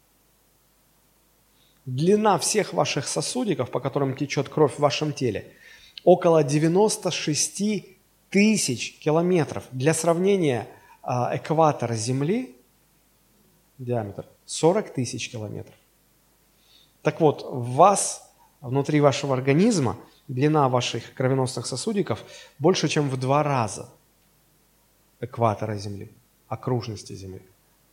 Длина всех ваших сосудиков, по которым течет кровь в вашем теле, около девяносто шесть тысяч километров. Для сравнения, экватор Земли, диаметр, сорок тысяч километров. Так вот, в вас, внутри вашего организма, длина ваших кровеносных сосудиков больше, чем в два раза экватора Земли, окружности Земли.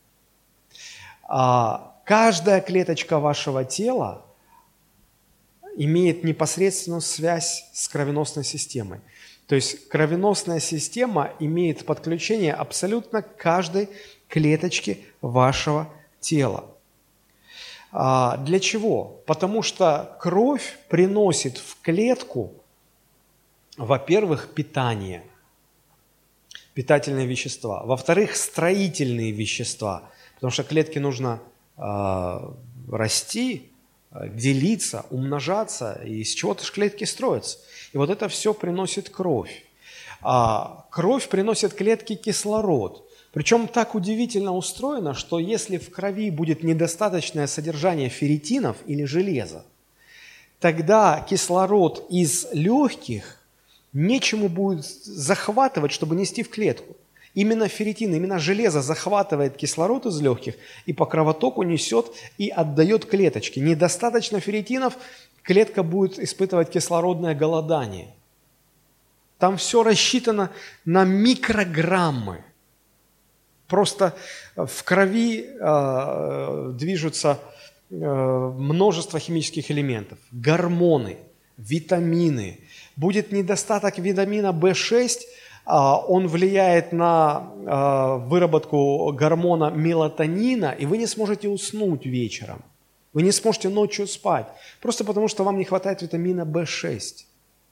А каждая клеточка вашего тела имеет непосредственную связь с кровеносной системой. То есть кровеносная система имеет подключение абсолютно к каждой клеточке вашего тела. А для чего? Потому что кровь приносит в клетку Во-первых, питание, питательные вещества. Во-вторых, строительные вещества, потому что клетке нужно э, расти, делиться, умножаться, и из чего-то же клетки строятся. И вот это все приносит кровь. А кровь приносит клетке кислород. Причем так удивительно устроено, что если в крови будет недостаточное содержание ферритинов или железа, тогда кислород из легких нечему будет захватывать, чтобы нести в клетку. Именно ферритин, именно железо захватывает кислород из легких и по кровотоку несет и отдает клеточке. Недостаточно ферритинов, клетка будет испытывать кислородное голодание. Там все рассчитано на микрограммы. Просто в крови э, движутся э, множество химических элементов, гормоны, витамины. Будет недостаток витамина бэ шесть, э, он влияет на э, выработку гормона мелатонина, и вы не сможете уснуть вечером. Вы не сможете ночью спать, просто потому что вам не хватает витамина бэ шесть.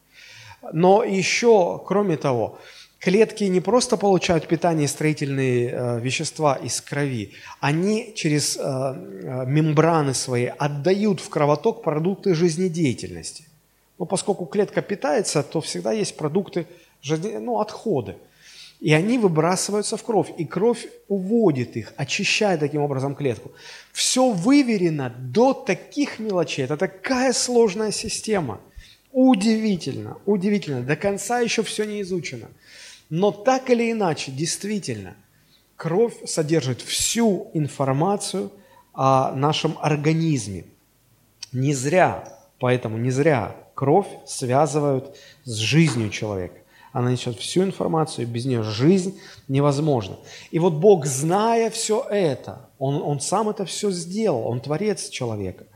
Но еще, кроме того, клетки не просто получают питание и строительные э, вещества из крови, они через э, э, мембраны свои отдают в кровоток продукты жизнедеятельности. Но поскольку клетка питается, то всегда есть продукты, жизне... ну, отходы. И они выбрасываются в кровь, и кровь уводит их, очищает таким образом клетку. Все выверено до таких мелочей. Это такая сложная система. Удивительно, удивительно. До конца еще все не изучено. Но так или иначе, действительно, кровь содержит всю информацию о нашем организме. Не зря, поэтому не зря кровь связывают с жизнью человека. Она несет всю информацию, без нее жизнь невозможна. И вот Бог, зная все это, Он, он сам это все сделал, Он творец человека.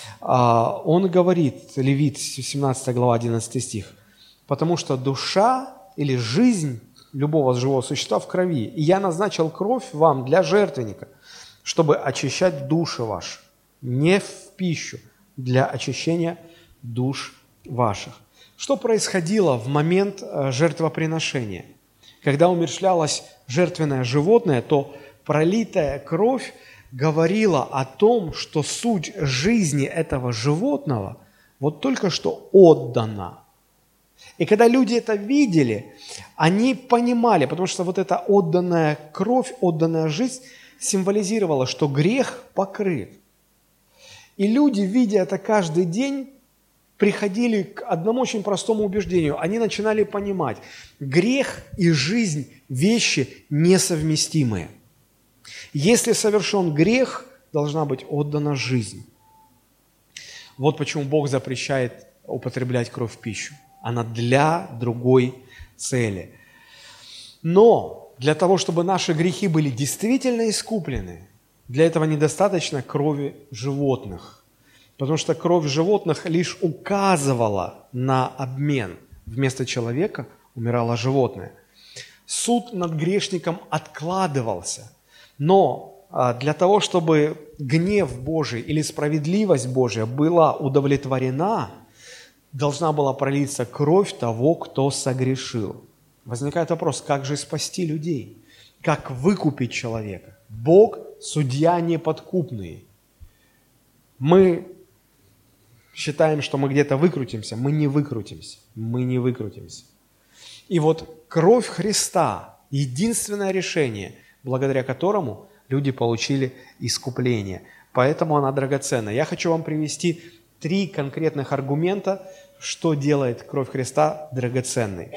Он говорит, Левит, семнадцатая глава, одиннадцатый стих, «Потому что душа или жизнь любого живого существа в крови, и я назначил кровь вам для жертвенника, чтобы очищать души ваши, не в пищу, для очищения душ ваших». Что происходило в момент жертвоприношения? Когда умерщвлялось жертвенное животное, то пролитая кровь говорила о том, что суть жизни этого животного вот только что отдана. И когда люди это видели, они понимали, потому что вот эта отданная кровь, отданная жизнь символизировала, что грех покрыт. И люди, видя это каждый день, приходили к одному очень простому убеждению. Они начинали понимать, грех и жизнь – вещи несовместимые. Если совершен грех, должна быть отдана жизнь. Вот почему Бог запрещает употреблять кровь в пищу. Она для другой цели. Но для того, чтобы наши грехи были действительно искуплены, для этого недостаточно крови животных. Потому что кровь животных лишь указывала на обмен. Вместо человека умирало животное. Суд над грешником откладывался. Но для того, чтобы гнев Божий или справедливость Божья была удовлетворена, должна была пролиться кровь того, кто согрешил. Возникает вопрос, как же спасти людей? Как выкупить человека? Бог – судья неподкупный. Мы считаем, что мы где-то выкрутимся. Мы не выкрутимся. Мы не выкрутимся. И вот кровь Христа – единственное решение, благодаря которому люди получили искупление. Поэтому она драгоценна. Я хочу вам привести три конкретных аргумента, что делает кровь Христа драгоценной.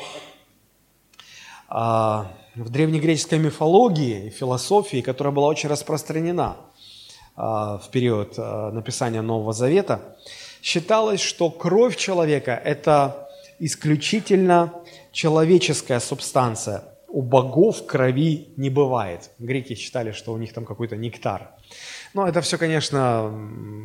В древнегреческой мифологии и философии, которая была очень распространена в период написания Нового Завета, считалось, что кровь человека – это исключительно человеческая субстанция. У богов крови не бывает. Греки считали, что у них там какой-то нектар. Но это все, конечно,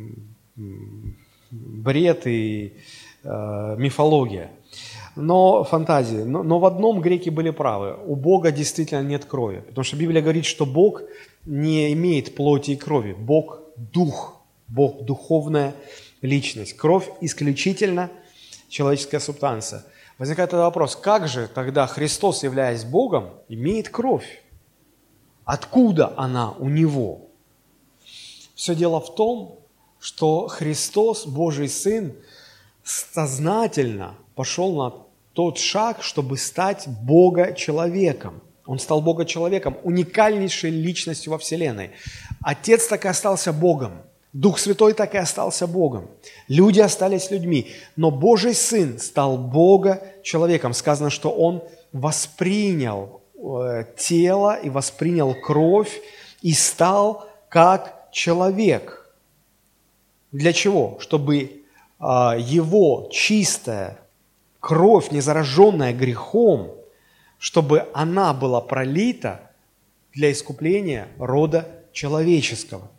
бред и э, мифология. Но фантазии. Но, но в одном греки были правы. У Бога действительно нет крови. Потому что Библия говорит, что Бог не имеет плоти и крови. Бог – дух. Бог – духовная личность. Кровь исключительно человеческая субстанция. Возникает тогда вопрос, как же тогда Христос, являясь Богом, имеет кровь? Откуда она у Него? Все дело в том, что Христос, Божий Сын, сознательно пошел на тот шаг, чтобы стать Бога-человеком. Он стал Бога-человеком, уникальнейшей личностью во Вселенной. Отец так и остался Богом. Дух Святой так и остался Богом. Люди остались людьми. Но Божий Сын стал Бога-человеком. Сказано, что Он воспринял э, тело и воспринял кровь и стал как человек. Для чего? Чтобы э, Его чистая кровь, не зараженная грехом, чтобы она была пролита для искупления рода человеческого.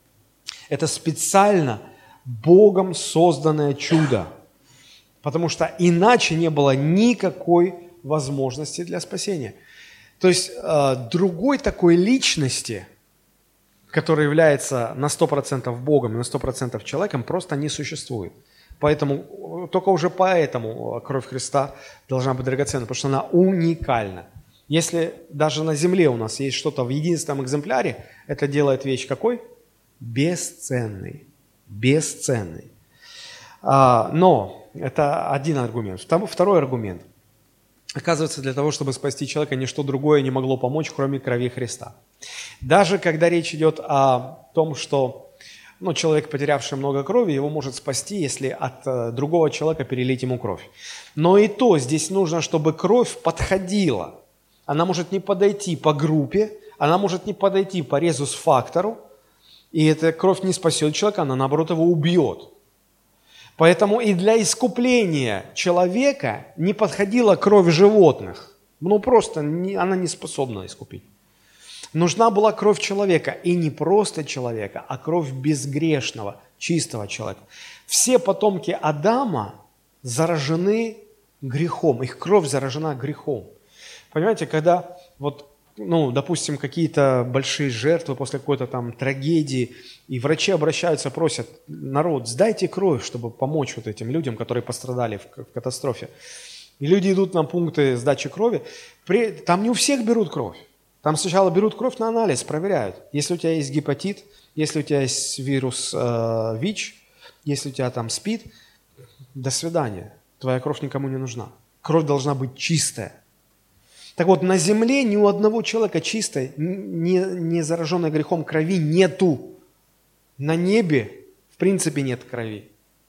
Это специально Богом созданное чудо, потому что иначе не было никакой возможности для спасения. То есть э, другой такой личности, которая является на сто процентов Богом и на сто процентов человеком, просто не существует. Поэтому, только уже поэтому кровь Христа должна быть драгоценна, потому что она уникальна. Если даже на земле у нас есть что-то в единственном экземпляре, это делает вещь какой? Бесценный. Бесценный. А, но это один аргумент. Второй аргумент. Оказывается, для того, чтобы спасти человека, ничто другое не могло помочь, кроме крови Христа. Даже когда речь идет о том, что ну, человек, потерявший много крови, его может спасти, если от э, другого человека перелить ему кровь. Но и то здесь нужно, чтобы кровь подходила. Она может не подойти по группе, она может не подойти по резус-фактору, и эта кровь не спасет человека, она, наоборот, его убьет. Поэтому и для искупления человека не подходила кровь животных. Ну, просто не, она не способна искупить. Нужна была кровь человека, и не просто человека, а кровь безгрешного, чистого человека. Все потомки Адама заражены грехом, их кровь заражена грехом. Понимаете, когда вот, ну, допустим, какие-то большие жертвы после какой-то там трагедии, и врачи обращаются, просят, народ, сдайте кровь, чтобы помочь вот этим людям, которые пострадали в, в катастрофе. И люди идут на пункты сдачи крови, при, там не у всех берут кровь. Там сначала берут кровь на анализ, проверяют. Если у тебя есть гепатит, если у тебя есть вирус э, ВИЧ, если у тебя там СПИД, до свидания. Твоя кровь никому не нужна. Кровь должна быть чистая. Так вот, на земле ни у одного человека чистой, не, не зараженной грехом крови нету. На небе, в принципе, нет крови.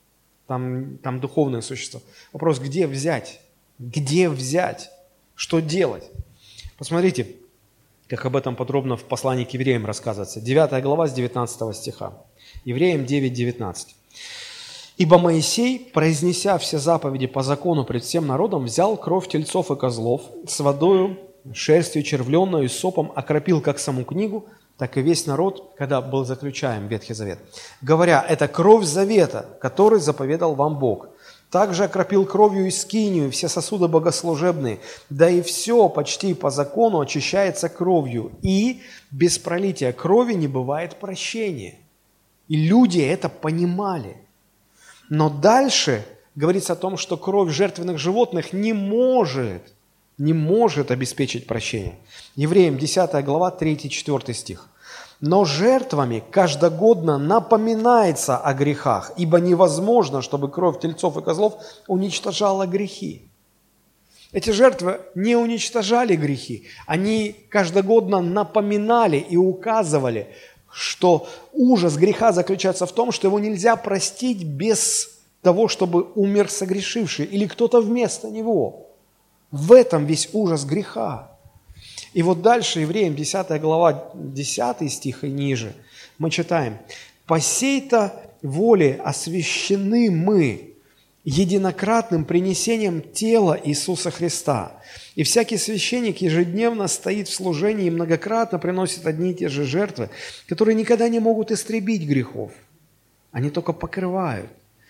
Там, там духовное существо. Вопрос, где взять? Где взять? Что делать? Посмотрите, как об этом подробно в послании к евреям рассказывается. девятая глава с девятнадцатого стиха. Евреям девять девятнадцать. «Ибо Моисей, произнеся все заповеди по закону пред всем народом, взял кровь тельцов и козлов с водою, шерстью червленную и сопом, окропил как саму книгу, так и весь народ, когда был заключаем Ветхий Завет, говоря, это кровь завета, который заповедал вам Бог. Также окропил кровью и скинию все сосуды богослужебные, да и все почти по закону очищается кровью, и без пролития крови не бывает прощения». И люди это понимали. Но дальше говорится о том, что кровь жертвенных животных не может, не может обеспечить прощение. Евреям десятая глава, третий-четвёртый стих. «Но жертвами каждогодно напоминается о грехах, ибо невозможно, чтобы кровь тельцов и козлов уничтожала грехи». Эти жертвы не уничтожали грехи, они каждогодно напоминали и указывали, что ужас греха заключается в том, что его нельзя простить без того, чтобы умер согрешивший или кто-то вместо него. В этом весь ужас греха. И вот дальше, Евреям десятая глава, десятый стих и ниже, мы читаем: «По сей-то воле освящены мы единократным принесением тела Иисуса Христа. И всякий священник ежедневно стоит в служении и многократно приносит одни и те же жертвы, которые никогда не могут истребить грехов. Они только покрывают.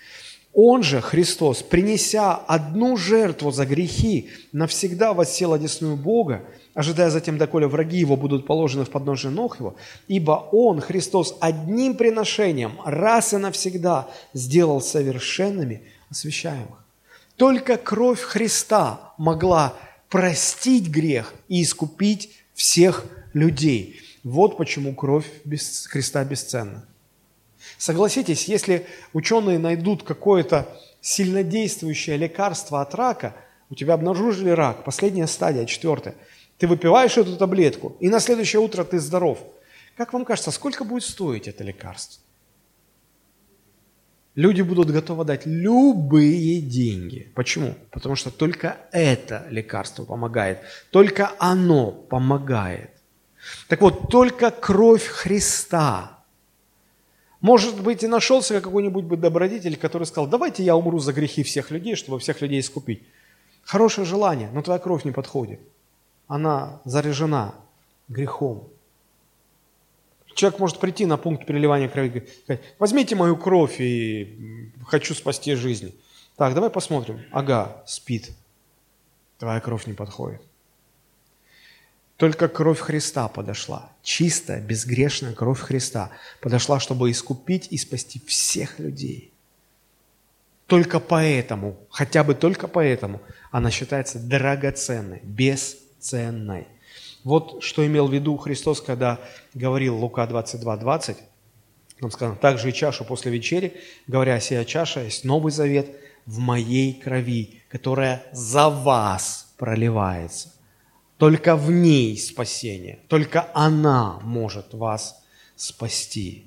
Он же, Христос, принеся одну жертву за грехи, навсегда воссел одесную Бога, ожидая затем, доколе враги его будут положены в подножие ног его, ибо Он, Христос, одним приношением раз и навсегда сделал совершенными освящаемых». Только кровь Христа могла простить грех и искупить всех людей. Вот почему кровь без, Христа бесценна. Согласитесь, если ученые найдут какое-то сильнодействующее лекарство от рака, у тебя обнаружили рак, последняя стадия, четвертая, ты выпиваешь эту таблетку, и на следующее утро ты здоров. Как вам кажется, сколько будет стоить это лекарство? Люди будут готовы дать любые деньги. Почему? Потому что только это лекарство помогает, только оно помогает. Так вот, только кровь Христа. Может быть, и нашелся какой-нибудь бы добродетель, который сказал: давайте я умру за грехи всех людей, чтобы всех людей искупить. Хорошее желание, но твоя кровь не подходит. Она заряжена грехом. Человек может прийти на пункт переливания крови и сказать: возьмите мою кровь, и хочу спасти жизнь. Так, давай посмотрим. Ага, спит. Твоя кровь не подходит. Только кровь Христа подошла. Чистая, безгрешная кровь Христа подошла, чтобы искупить и спасти всех людей. Только поэтому, хотя бы только поэтому, она считается драгоценной, бесценной. Вот что имел в виду Христос, когда говорил, Лука двадцать два двадцать, там сказано: также и чашу после вечери, говоря: сия чаша есть новый завет в моей крови, которая за вас проливается. Только в ней спасение, только она может вас спасти.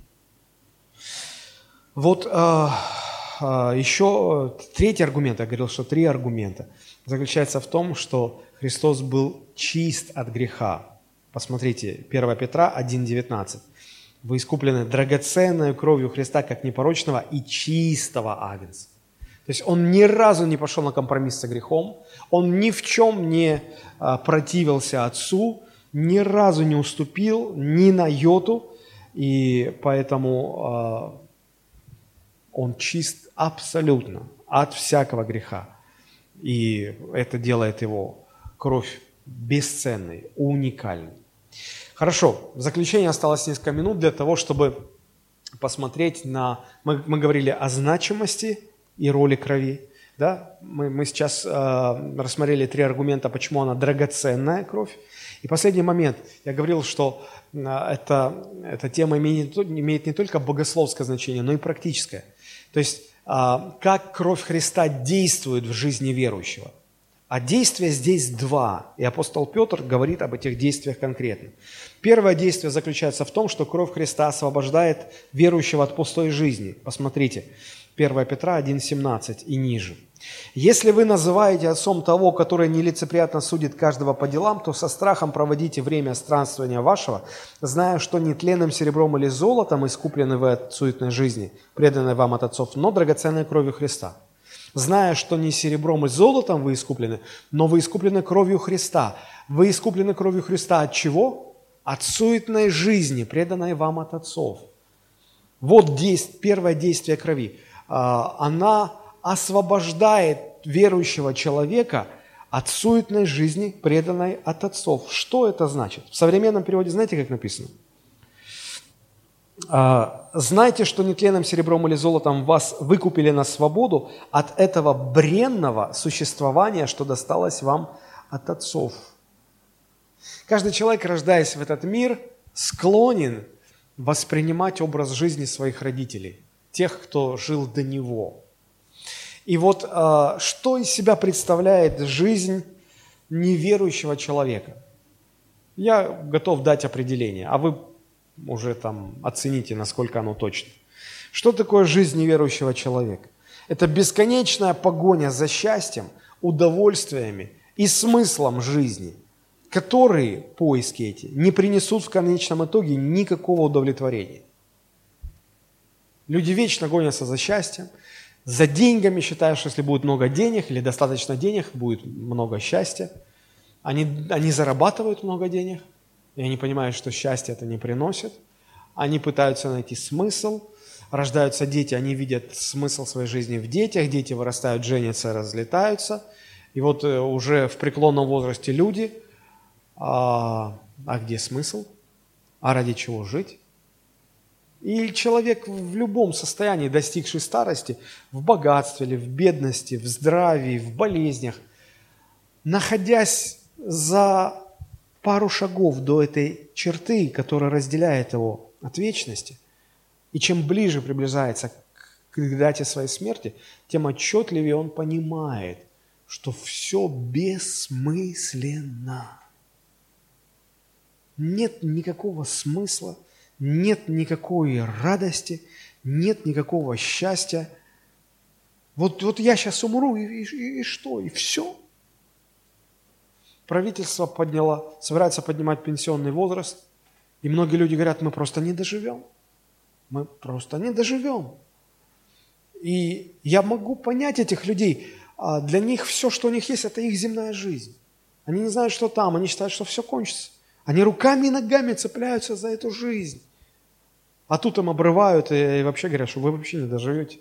Вот э, э, еще третий аргумент, я говорил, что три аргумента, заключается в том, что Христос был чист от греха. Посмотрите, первое Петра один девятнадцать. Вы искуплены драгоценной кровью Христа, как непорочного и чистого агнца. То есть он ни разу не пошел на компромисс с грехом, он ни в чем не а, противился Отцу, ни разу не уступил ни на йоту, и поэтому а, он чист абсолютно от всякого греха. И это делает его кровь бесценной, уникальной. Хорошо, в заключение осталось несколько минут для того, чтобы посмотреть на... Мы, мы говорили о значимости и роли крови. Да? Мы, мы сейчас э, рассмотрели три аргумента, почему она драгоценная кровь. И последний момент. Я говорил, что э, это, эта тема имеет, имеет не только богословское значение, но и практическое. То есть, э, как кровь Христа действует в жизни верующего. А действия здесь два. И апостол Петр говорит об этих действиях конкретно. Первое действие заключается в том, что кровь Христа освобождает верующего от пустой жизни. Посмотрите. первое Петра один семнадцать и ниже. «Если вы называете отцом того, который нелицеприятно судит каждого по делам, то со страхом проводите время странствования вашего, зная, что не тленным серебром или золотом искуплены вы от суетной жизни, преданной вам от отцов, но драгоценной кровью Христа. Зная, что не серебром и золотом вы искуплены, но вы искуплены кровью Христа. Вы искуплены кровью Христа от чего? От суетной жизни, преданной вам от отцов». Вот действие, первое действие крови. Она освобождает верующего человека от суетной жизни, преданной от отцов. Что это значит? В современном переводе знаете, как написано? «Знайте, что нетленным серебром или золотом вас выкупили на свободу от этого бренного существования, что досталось вам от отцов». Каждый человек, рождаясь в этот мир, склонен воспринимать образ жизни своих родителей, тех, кто жил до него. И вот э, что из себя представляет жизнь неверующего человека? Я готов дать определение, а вы уже там оцените, насколько оно точно. Что такое жизнь неверующего человека? Это бесконечная погоня за счастьем, удовольствиями и смыслом жизни, которые, поиски эти, не принесут в конечном итоге никакого удовлетворения. Люди вечно гонятся за счастьем, за деньгами, считая, что если будет много денег или достаточно денег, будет много счастья. Они, они зарабатывают много денег, и они понимают, что счастье это не приносит. Они пытаются найти смысл. Рождаются дети, они видят смысл своей жизни в детях. Дети вырастают, женятся, разлетаются. И вот уже в преклонном возрасте люди, а, а где смысл? А ради чего жить? И человек в любом состоянии, достигший старости, в богатстве или в бедности, в здравии, в болезнях, находясь за пару шагов до этой черты, которая разделяет его от вечности, и чем ближе приближается к дате своей смерти, тем отчетливее он понимает, что все бессмысленно. Нет никакого смысла, нет никакой радости, нет никакого счастья. Вот, вот я сейчас умру, и, и, и что? И все. Правительство подняло, собирается поднимать пенсионный возраст, и многие люди говорят, мы просто не доживем. Мы просто не доживем. И я могу понять этих людей. Для них все, что у них есть, это их земная жизнь. Они не знают, что там, они считают, что все кончится. Они руками и ногами цепляются за эту жизнь. А тут им обрывают и вообще говорят, что вы вообще не доживете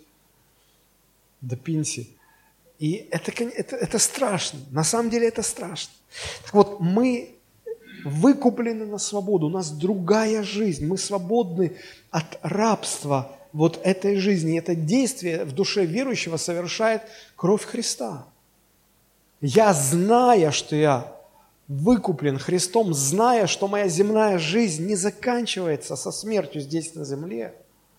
до пенсии. И это, это, это страшно. На самом деле это страшно. Так вот, мы выкуплены на свободу. У нас другая жизнь. Мы свободны от рабства вот этой жизни. Это действие в душе верующего совершает кровь Христа. Я, зная, что я выкуплен Христом, зная, что моя земная жизнь не заканчивается со смертью здесь на земле,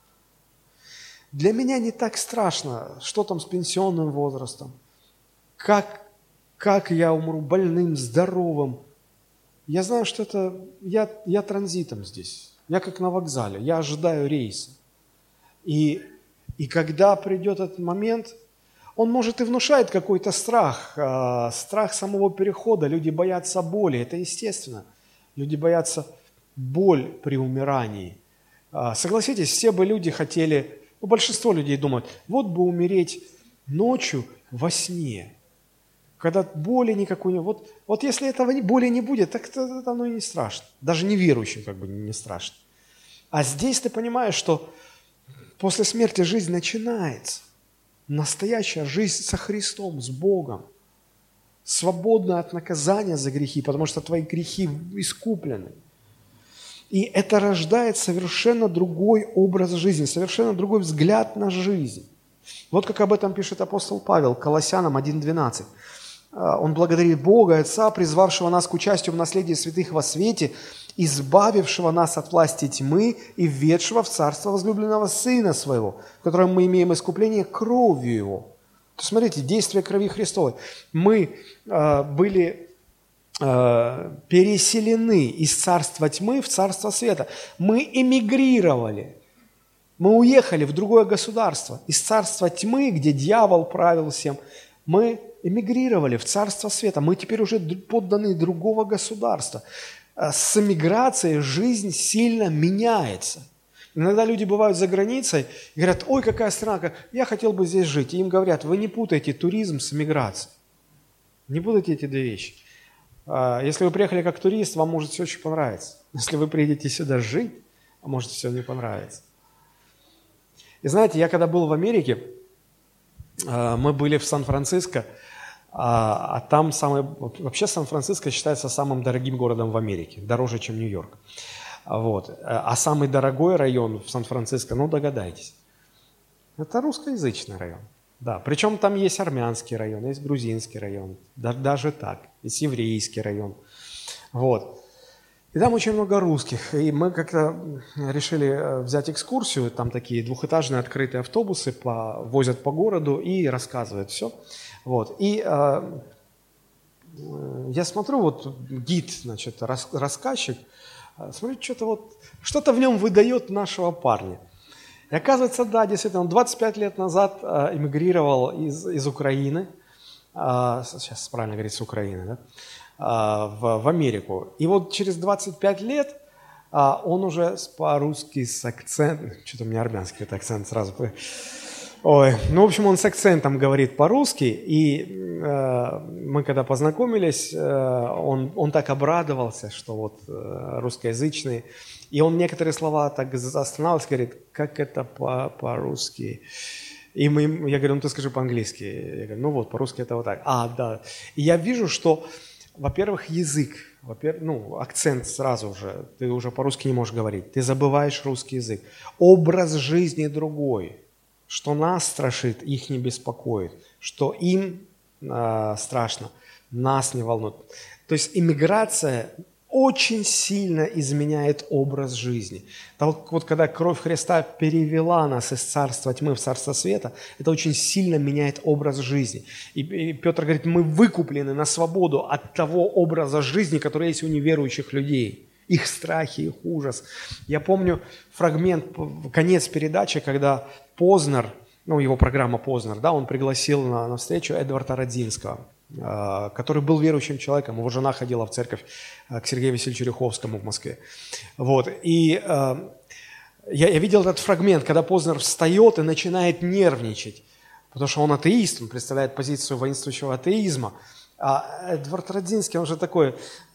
для меня не так страшно, что там с пенсионным возрастом, как, как я умру больным, здоровым. Я знаю, что это я, я транзитом здесь, я как на вокзале, я ожидаю рейса. И, и когда придет этот момент, он, может, и внушает какой-то страх, э, страх самого перехода. Люди боятся боли, это естественно. Люди боятся боль при умирании. Э, согласитесь, все бы люди хотели, ну, большинство людей думают, вот бы умереть ночью во сне, когда боли никакой нет. Вот, вот если этого боли не будет, так это, это оно и не страшно. Даже неверующим как бы не страшно. А здесь ты понимаешь, что после смерти жизнь начинается. Настоящая жизнь со Христом, с Богом. Свободна от наказания за грехи, потому что твои грехи искуплены. И это рождает совершенно другой образ жизни, совершенно другой взгляд на жизнь. Вот как об этом пишет апостол Павел, Колоссянам один двенадцать. Он благодарит Бога, Отца, призвавшего нас к участию в наследии святых во свете, избавившего нас от власти тьмы и введшего в царство возлюбленного Сына Своего, в котором мы имеем искупление кровью Его. То, смотрите, действие крови Христовой. Мы э, были э, переселены из царства тьмы в царство света. Мы эмигрировали. Мы уехали в другое государство. Из царства тьмы, где дьявол правил всем, мы эмигрировали в царство света. Мы теперь уже подданы другого государства. С эмиграцией жизнь сильно меняется. Иногда люди бывают за границей и говорят, ой, какая страна, я хотел бы здесь жить. И им говорят, вы не путайте туризм с эмиграцией. Не путайте эти две вещи. Если вы приехали как турист, вам может все очень понравиться. Если вы приедете сюда жить, вам может все не понравиться. И знаете, я когда был в Америке, мы были в Сан-Франциско, а, а там самый, вообще Сан-Франциско считается самым дорогим городом в Америке, дороже, чем Нью-Йорк. Вот. А самый дорогой район в Сан-Франциско, ну догадайтесь, это русскоязычный район. Да, причем там есть армянский район, есть грузинский район, да, даже так, есть еврейский район. Вот. И там очень много русских. И мы как-то решили взять экскурсию, там такие двухэтажные открытые автобусы по, возят по городу и рассказывают все. Вот. И э, я смотрю, вот гид, значит, рас, рассказчик, смотрю, что-то вот, что-то в нем выдает нашего парня. И оказывается, да, действительно, он двадцать пять лет назад э, эмигрировал из, из Украины, э, сейчас правильно говорить, с Украины, да? В, в Америку. И вот через двадцать пять лет а, он уже по-русски с акцентом, что-то у меня армянский это акцент сразу. Ой, ну, в общем, он с акцентом говорит по-русски, и э, мы когда познакомились, э, он, он так обрадовался, что вот э, русскоязычный, и он некоторые слова так останавливался, говорит, как это по- по-русски? И мы, я говорю, ну ты скажи по-английски. Я говорю, ну вот, по-русски это вот так. А, да. И я вижу, что Во-первых, язык. Во-первых, ну, акцент сразу же. Ты уже по-русски не можешь говорить. Ты забываешь русский язык. Образ жизни другой. Что нас страшит, их не беспокоит. Что им э, страшно, нас не волнует. То есть иммиграция очень сильно изменяет образ жизни. Так вот, когда кровь Христа перевела нас из царства тьмы в царство света, это очень сильно меняет образ жизни. И, и Петр говорит, мы выкуплены на свободу от того образа жизни, который есть у неверующих людей. Их страхи, их ужас. Я помню фрагмент, конец передачи, когда Познер, ну, его программа Познер, да, он пригласил на, на встречу Эдварда Родзинского, который был верующим человеком. Его жена ходила в церковь к Сергею Васильевичу Ряховскому в Москве. Вот. И э, я, я видел этот фрагмент, когда Познер встает и начинает нервничать, потому что он атеист, он представляет позицию воинствующего атеизма. А Эдвард Родзинский, он же такой,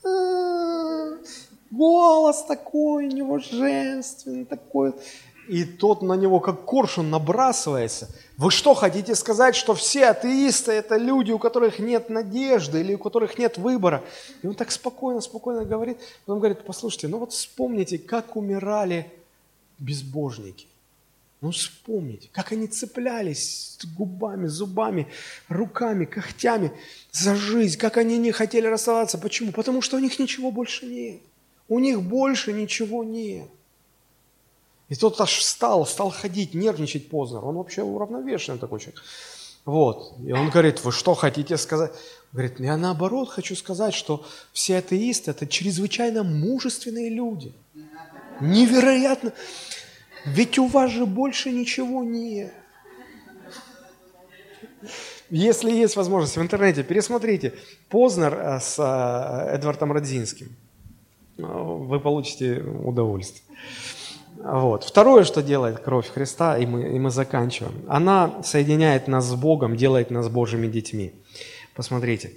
голос такой, у него женственный такой. И тот на него как коршун набрасывается. Вы что, хотите сказать, что все атеисты – это люди, у которых нет надежды или у которых нет выбора? И он так спокойно, спокойно говорит. Он говорит, послушайте, ну вот вспомните, как умирали безбожники. Ну вспомните, как они цеплялись губами, зубами, руками, когтями за жизнь, как они не хотели расставаться. Почему? Потому что у них ничего больше нет. У них больше ничего нет. И тот аж встал, стал ходить, нервничать Познер. Он вообще уравновешенный такой человек. Вот. И он говорит, вы что хотите сказать? Он говорит, я наоборот хочу сказать, что все атеисты – это чрезвычайно мужественные люди. Невероятно. Ведь у вас же больше ничего нет. Если есть возможность в интернете, пересмотрите Познер с Эдвардом Родзинским. Вы получите удовольствие. Вот. Второе, что делает кровь Христа, и мы, и мы заканчиваем, она соединяет нас с Богом, делает нас Божьими детьми. Посмотрите.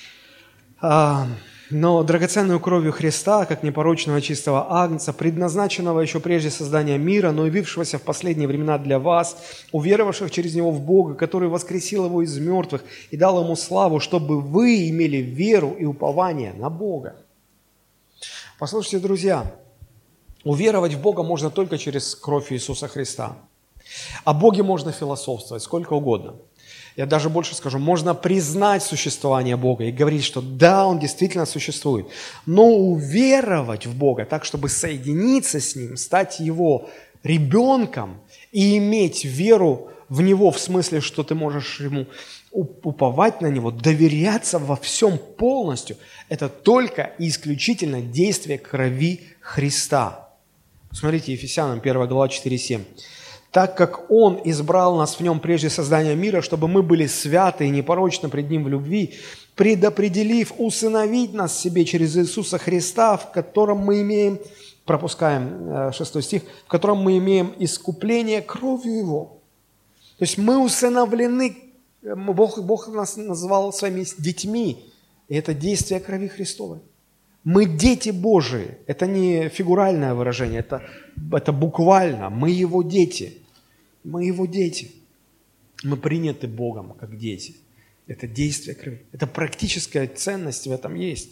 А, но драгоценную кровью Христа, как непорочного чистого агнца, предназначенного еще прежде создания мира, но явившегося в последние времена для вас, уверовавших через Него в Бога, который воскресил Его из мертвых и дал Ему славу, чтобы вы имели веру и упование на Бога. Послушайте, друзья, уверовать в Бога можно только через кровь Иисуса Христа. О Боге можно философствовать сколько угодно. Я даже больше скажу, можно признать существование Бога и говорить, что да, Он действительно существует. Но уверовать в Бога так, чтобы соединиться с Ним, стать Его ребенком и иметь веру в Него, в смысле, что ты можешь Ему уповать на Него, доверяться во всем полностью, это только и исключительно действие крови Христа. Смотрите, Ефесянам первая глава четыре семь. «Так как Он избрал нас в Нем прежде создания мира, чтобы мы были святы и непорочны пред Ним в любви, предопределив усыновить нас себе через Иисуса Христа, в котором мы имеем, пропускаем шестой стих, в котором мы имеем искупление кровью Его». То есть мы усыновлены, Бог, Бог нас назвал своими детьми, и это действие крови Христовой. Мы дети Божии. Это не фигуральное выражение, это, это буквально. Мы Его дети. Мы Его дети. Мы приняты Богом как дети. Это действие крови. Это практическая ценность в этом есть.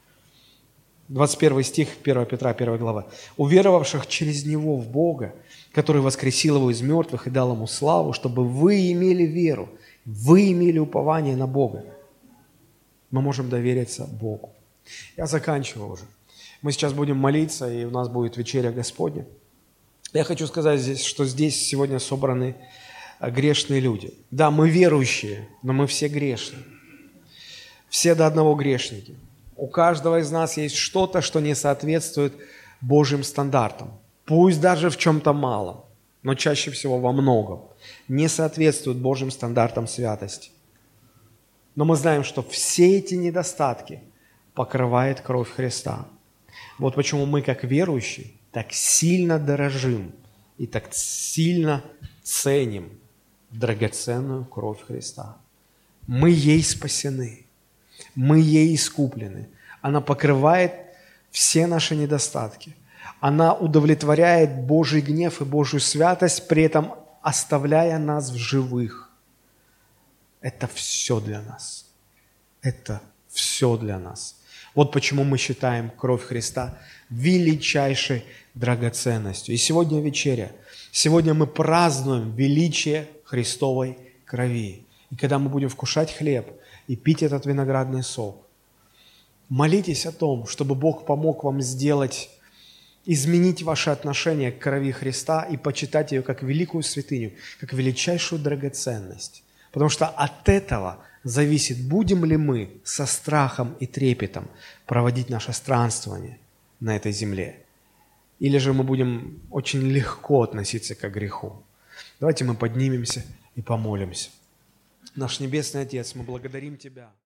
двадцать первый стих первого Петра, первая глава. «Уверовавших через Него в Бога, который воскресил Его из мертвых и дал Ему славу, чтобы вы имели веру, вы имели упование на Бога». Мы можем довериться Богу. Я заканчиваю уже. Мы сейчас будем молиться, и у нас будет вечеря Господня. Я хочу сказать здесь, что здесь сегодня собраны грешные люди. Да, мы верующие, но мы все грешные. Все до одного грешники. У каждого из нас есть что-то, что не соответствует Божьим стандартам. Пусть даже в чем-то малом, но чаще всего во многом. Не соответствует Божьим стандартам святости. Но мы знаем, что все эти недостатки покрывает кровь Христа. Вот почему мы, как верующие, так сильно дорожим и так сильно ценим драгоценную кровь Христа. Мы ей спасены, мы ей искуплены. Она покрывает все наши недостатки. Она удовлетворяет Божий гнев и Божью святость, при этом оставляя нас в живых. Это все для нас. Это все для нас. Вот почему мы считаем кровь Христа величайшей драгоценностью. И сегодня вечеря. Сегодня мы празднуем величие Христовой крови. И когда мы будем вкушать хлеб и пить этот виноградный сок, молитесь о том, чтобы Бог помог вам сделать, изменить ваше отношение к крови Христа и почитать ее как великую святыню, как величайшую драгоценность. Потому что от этого зависит, будем ли мы со страхом и трепетом проводить наше странствование на этой земле, или же мы будем очень легко относиться к греху. Давайте мы поднимемся и помолимся. Наш Небесный Отец, мы благодарим Тебя.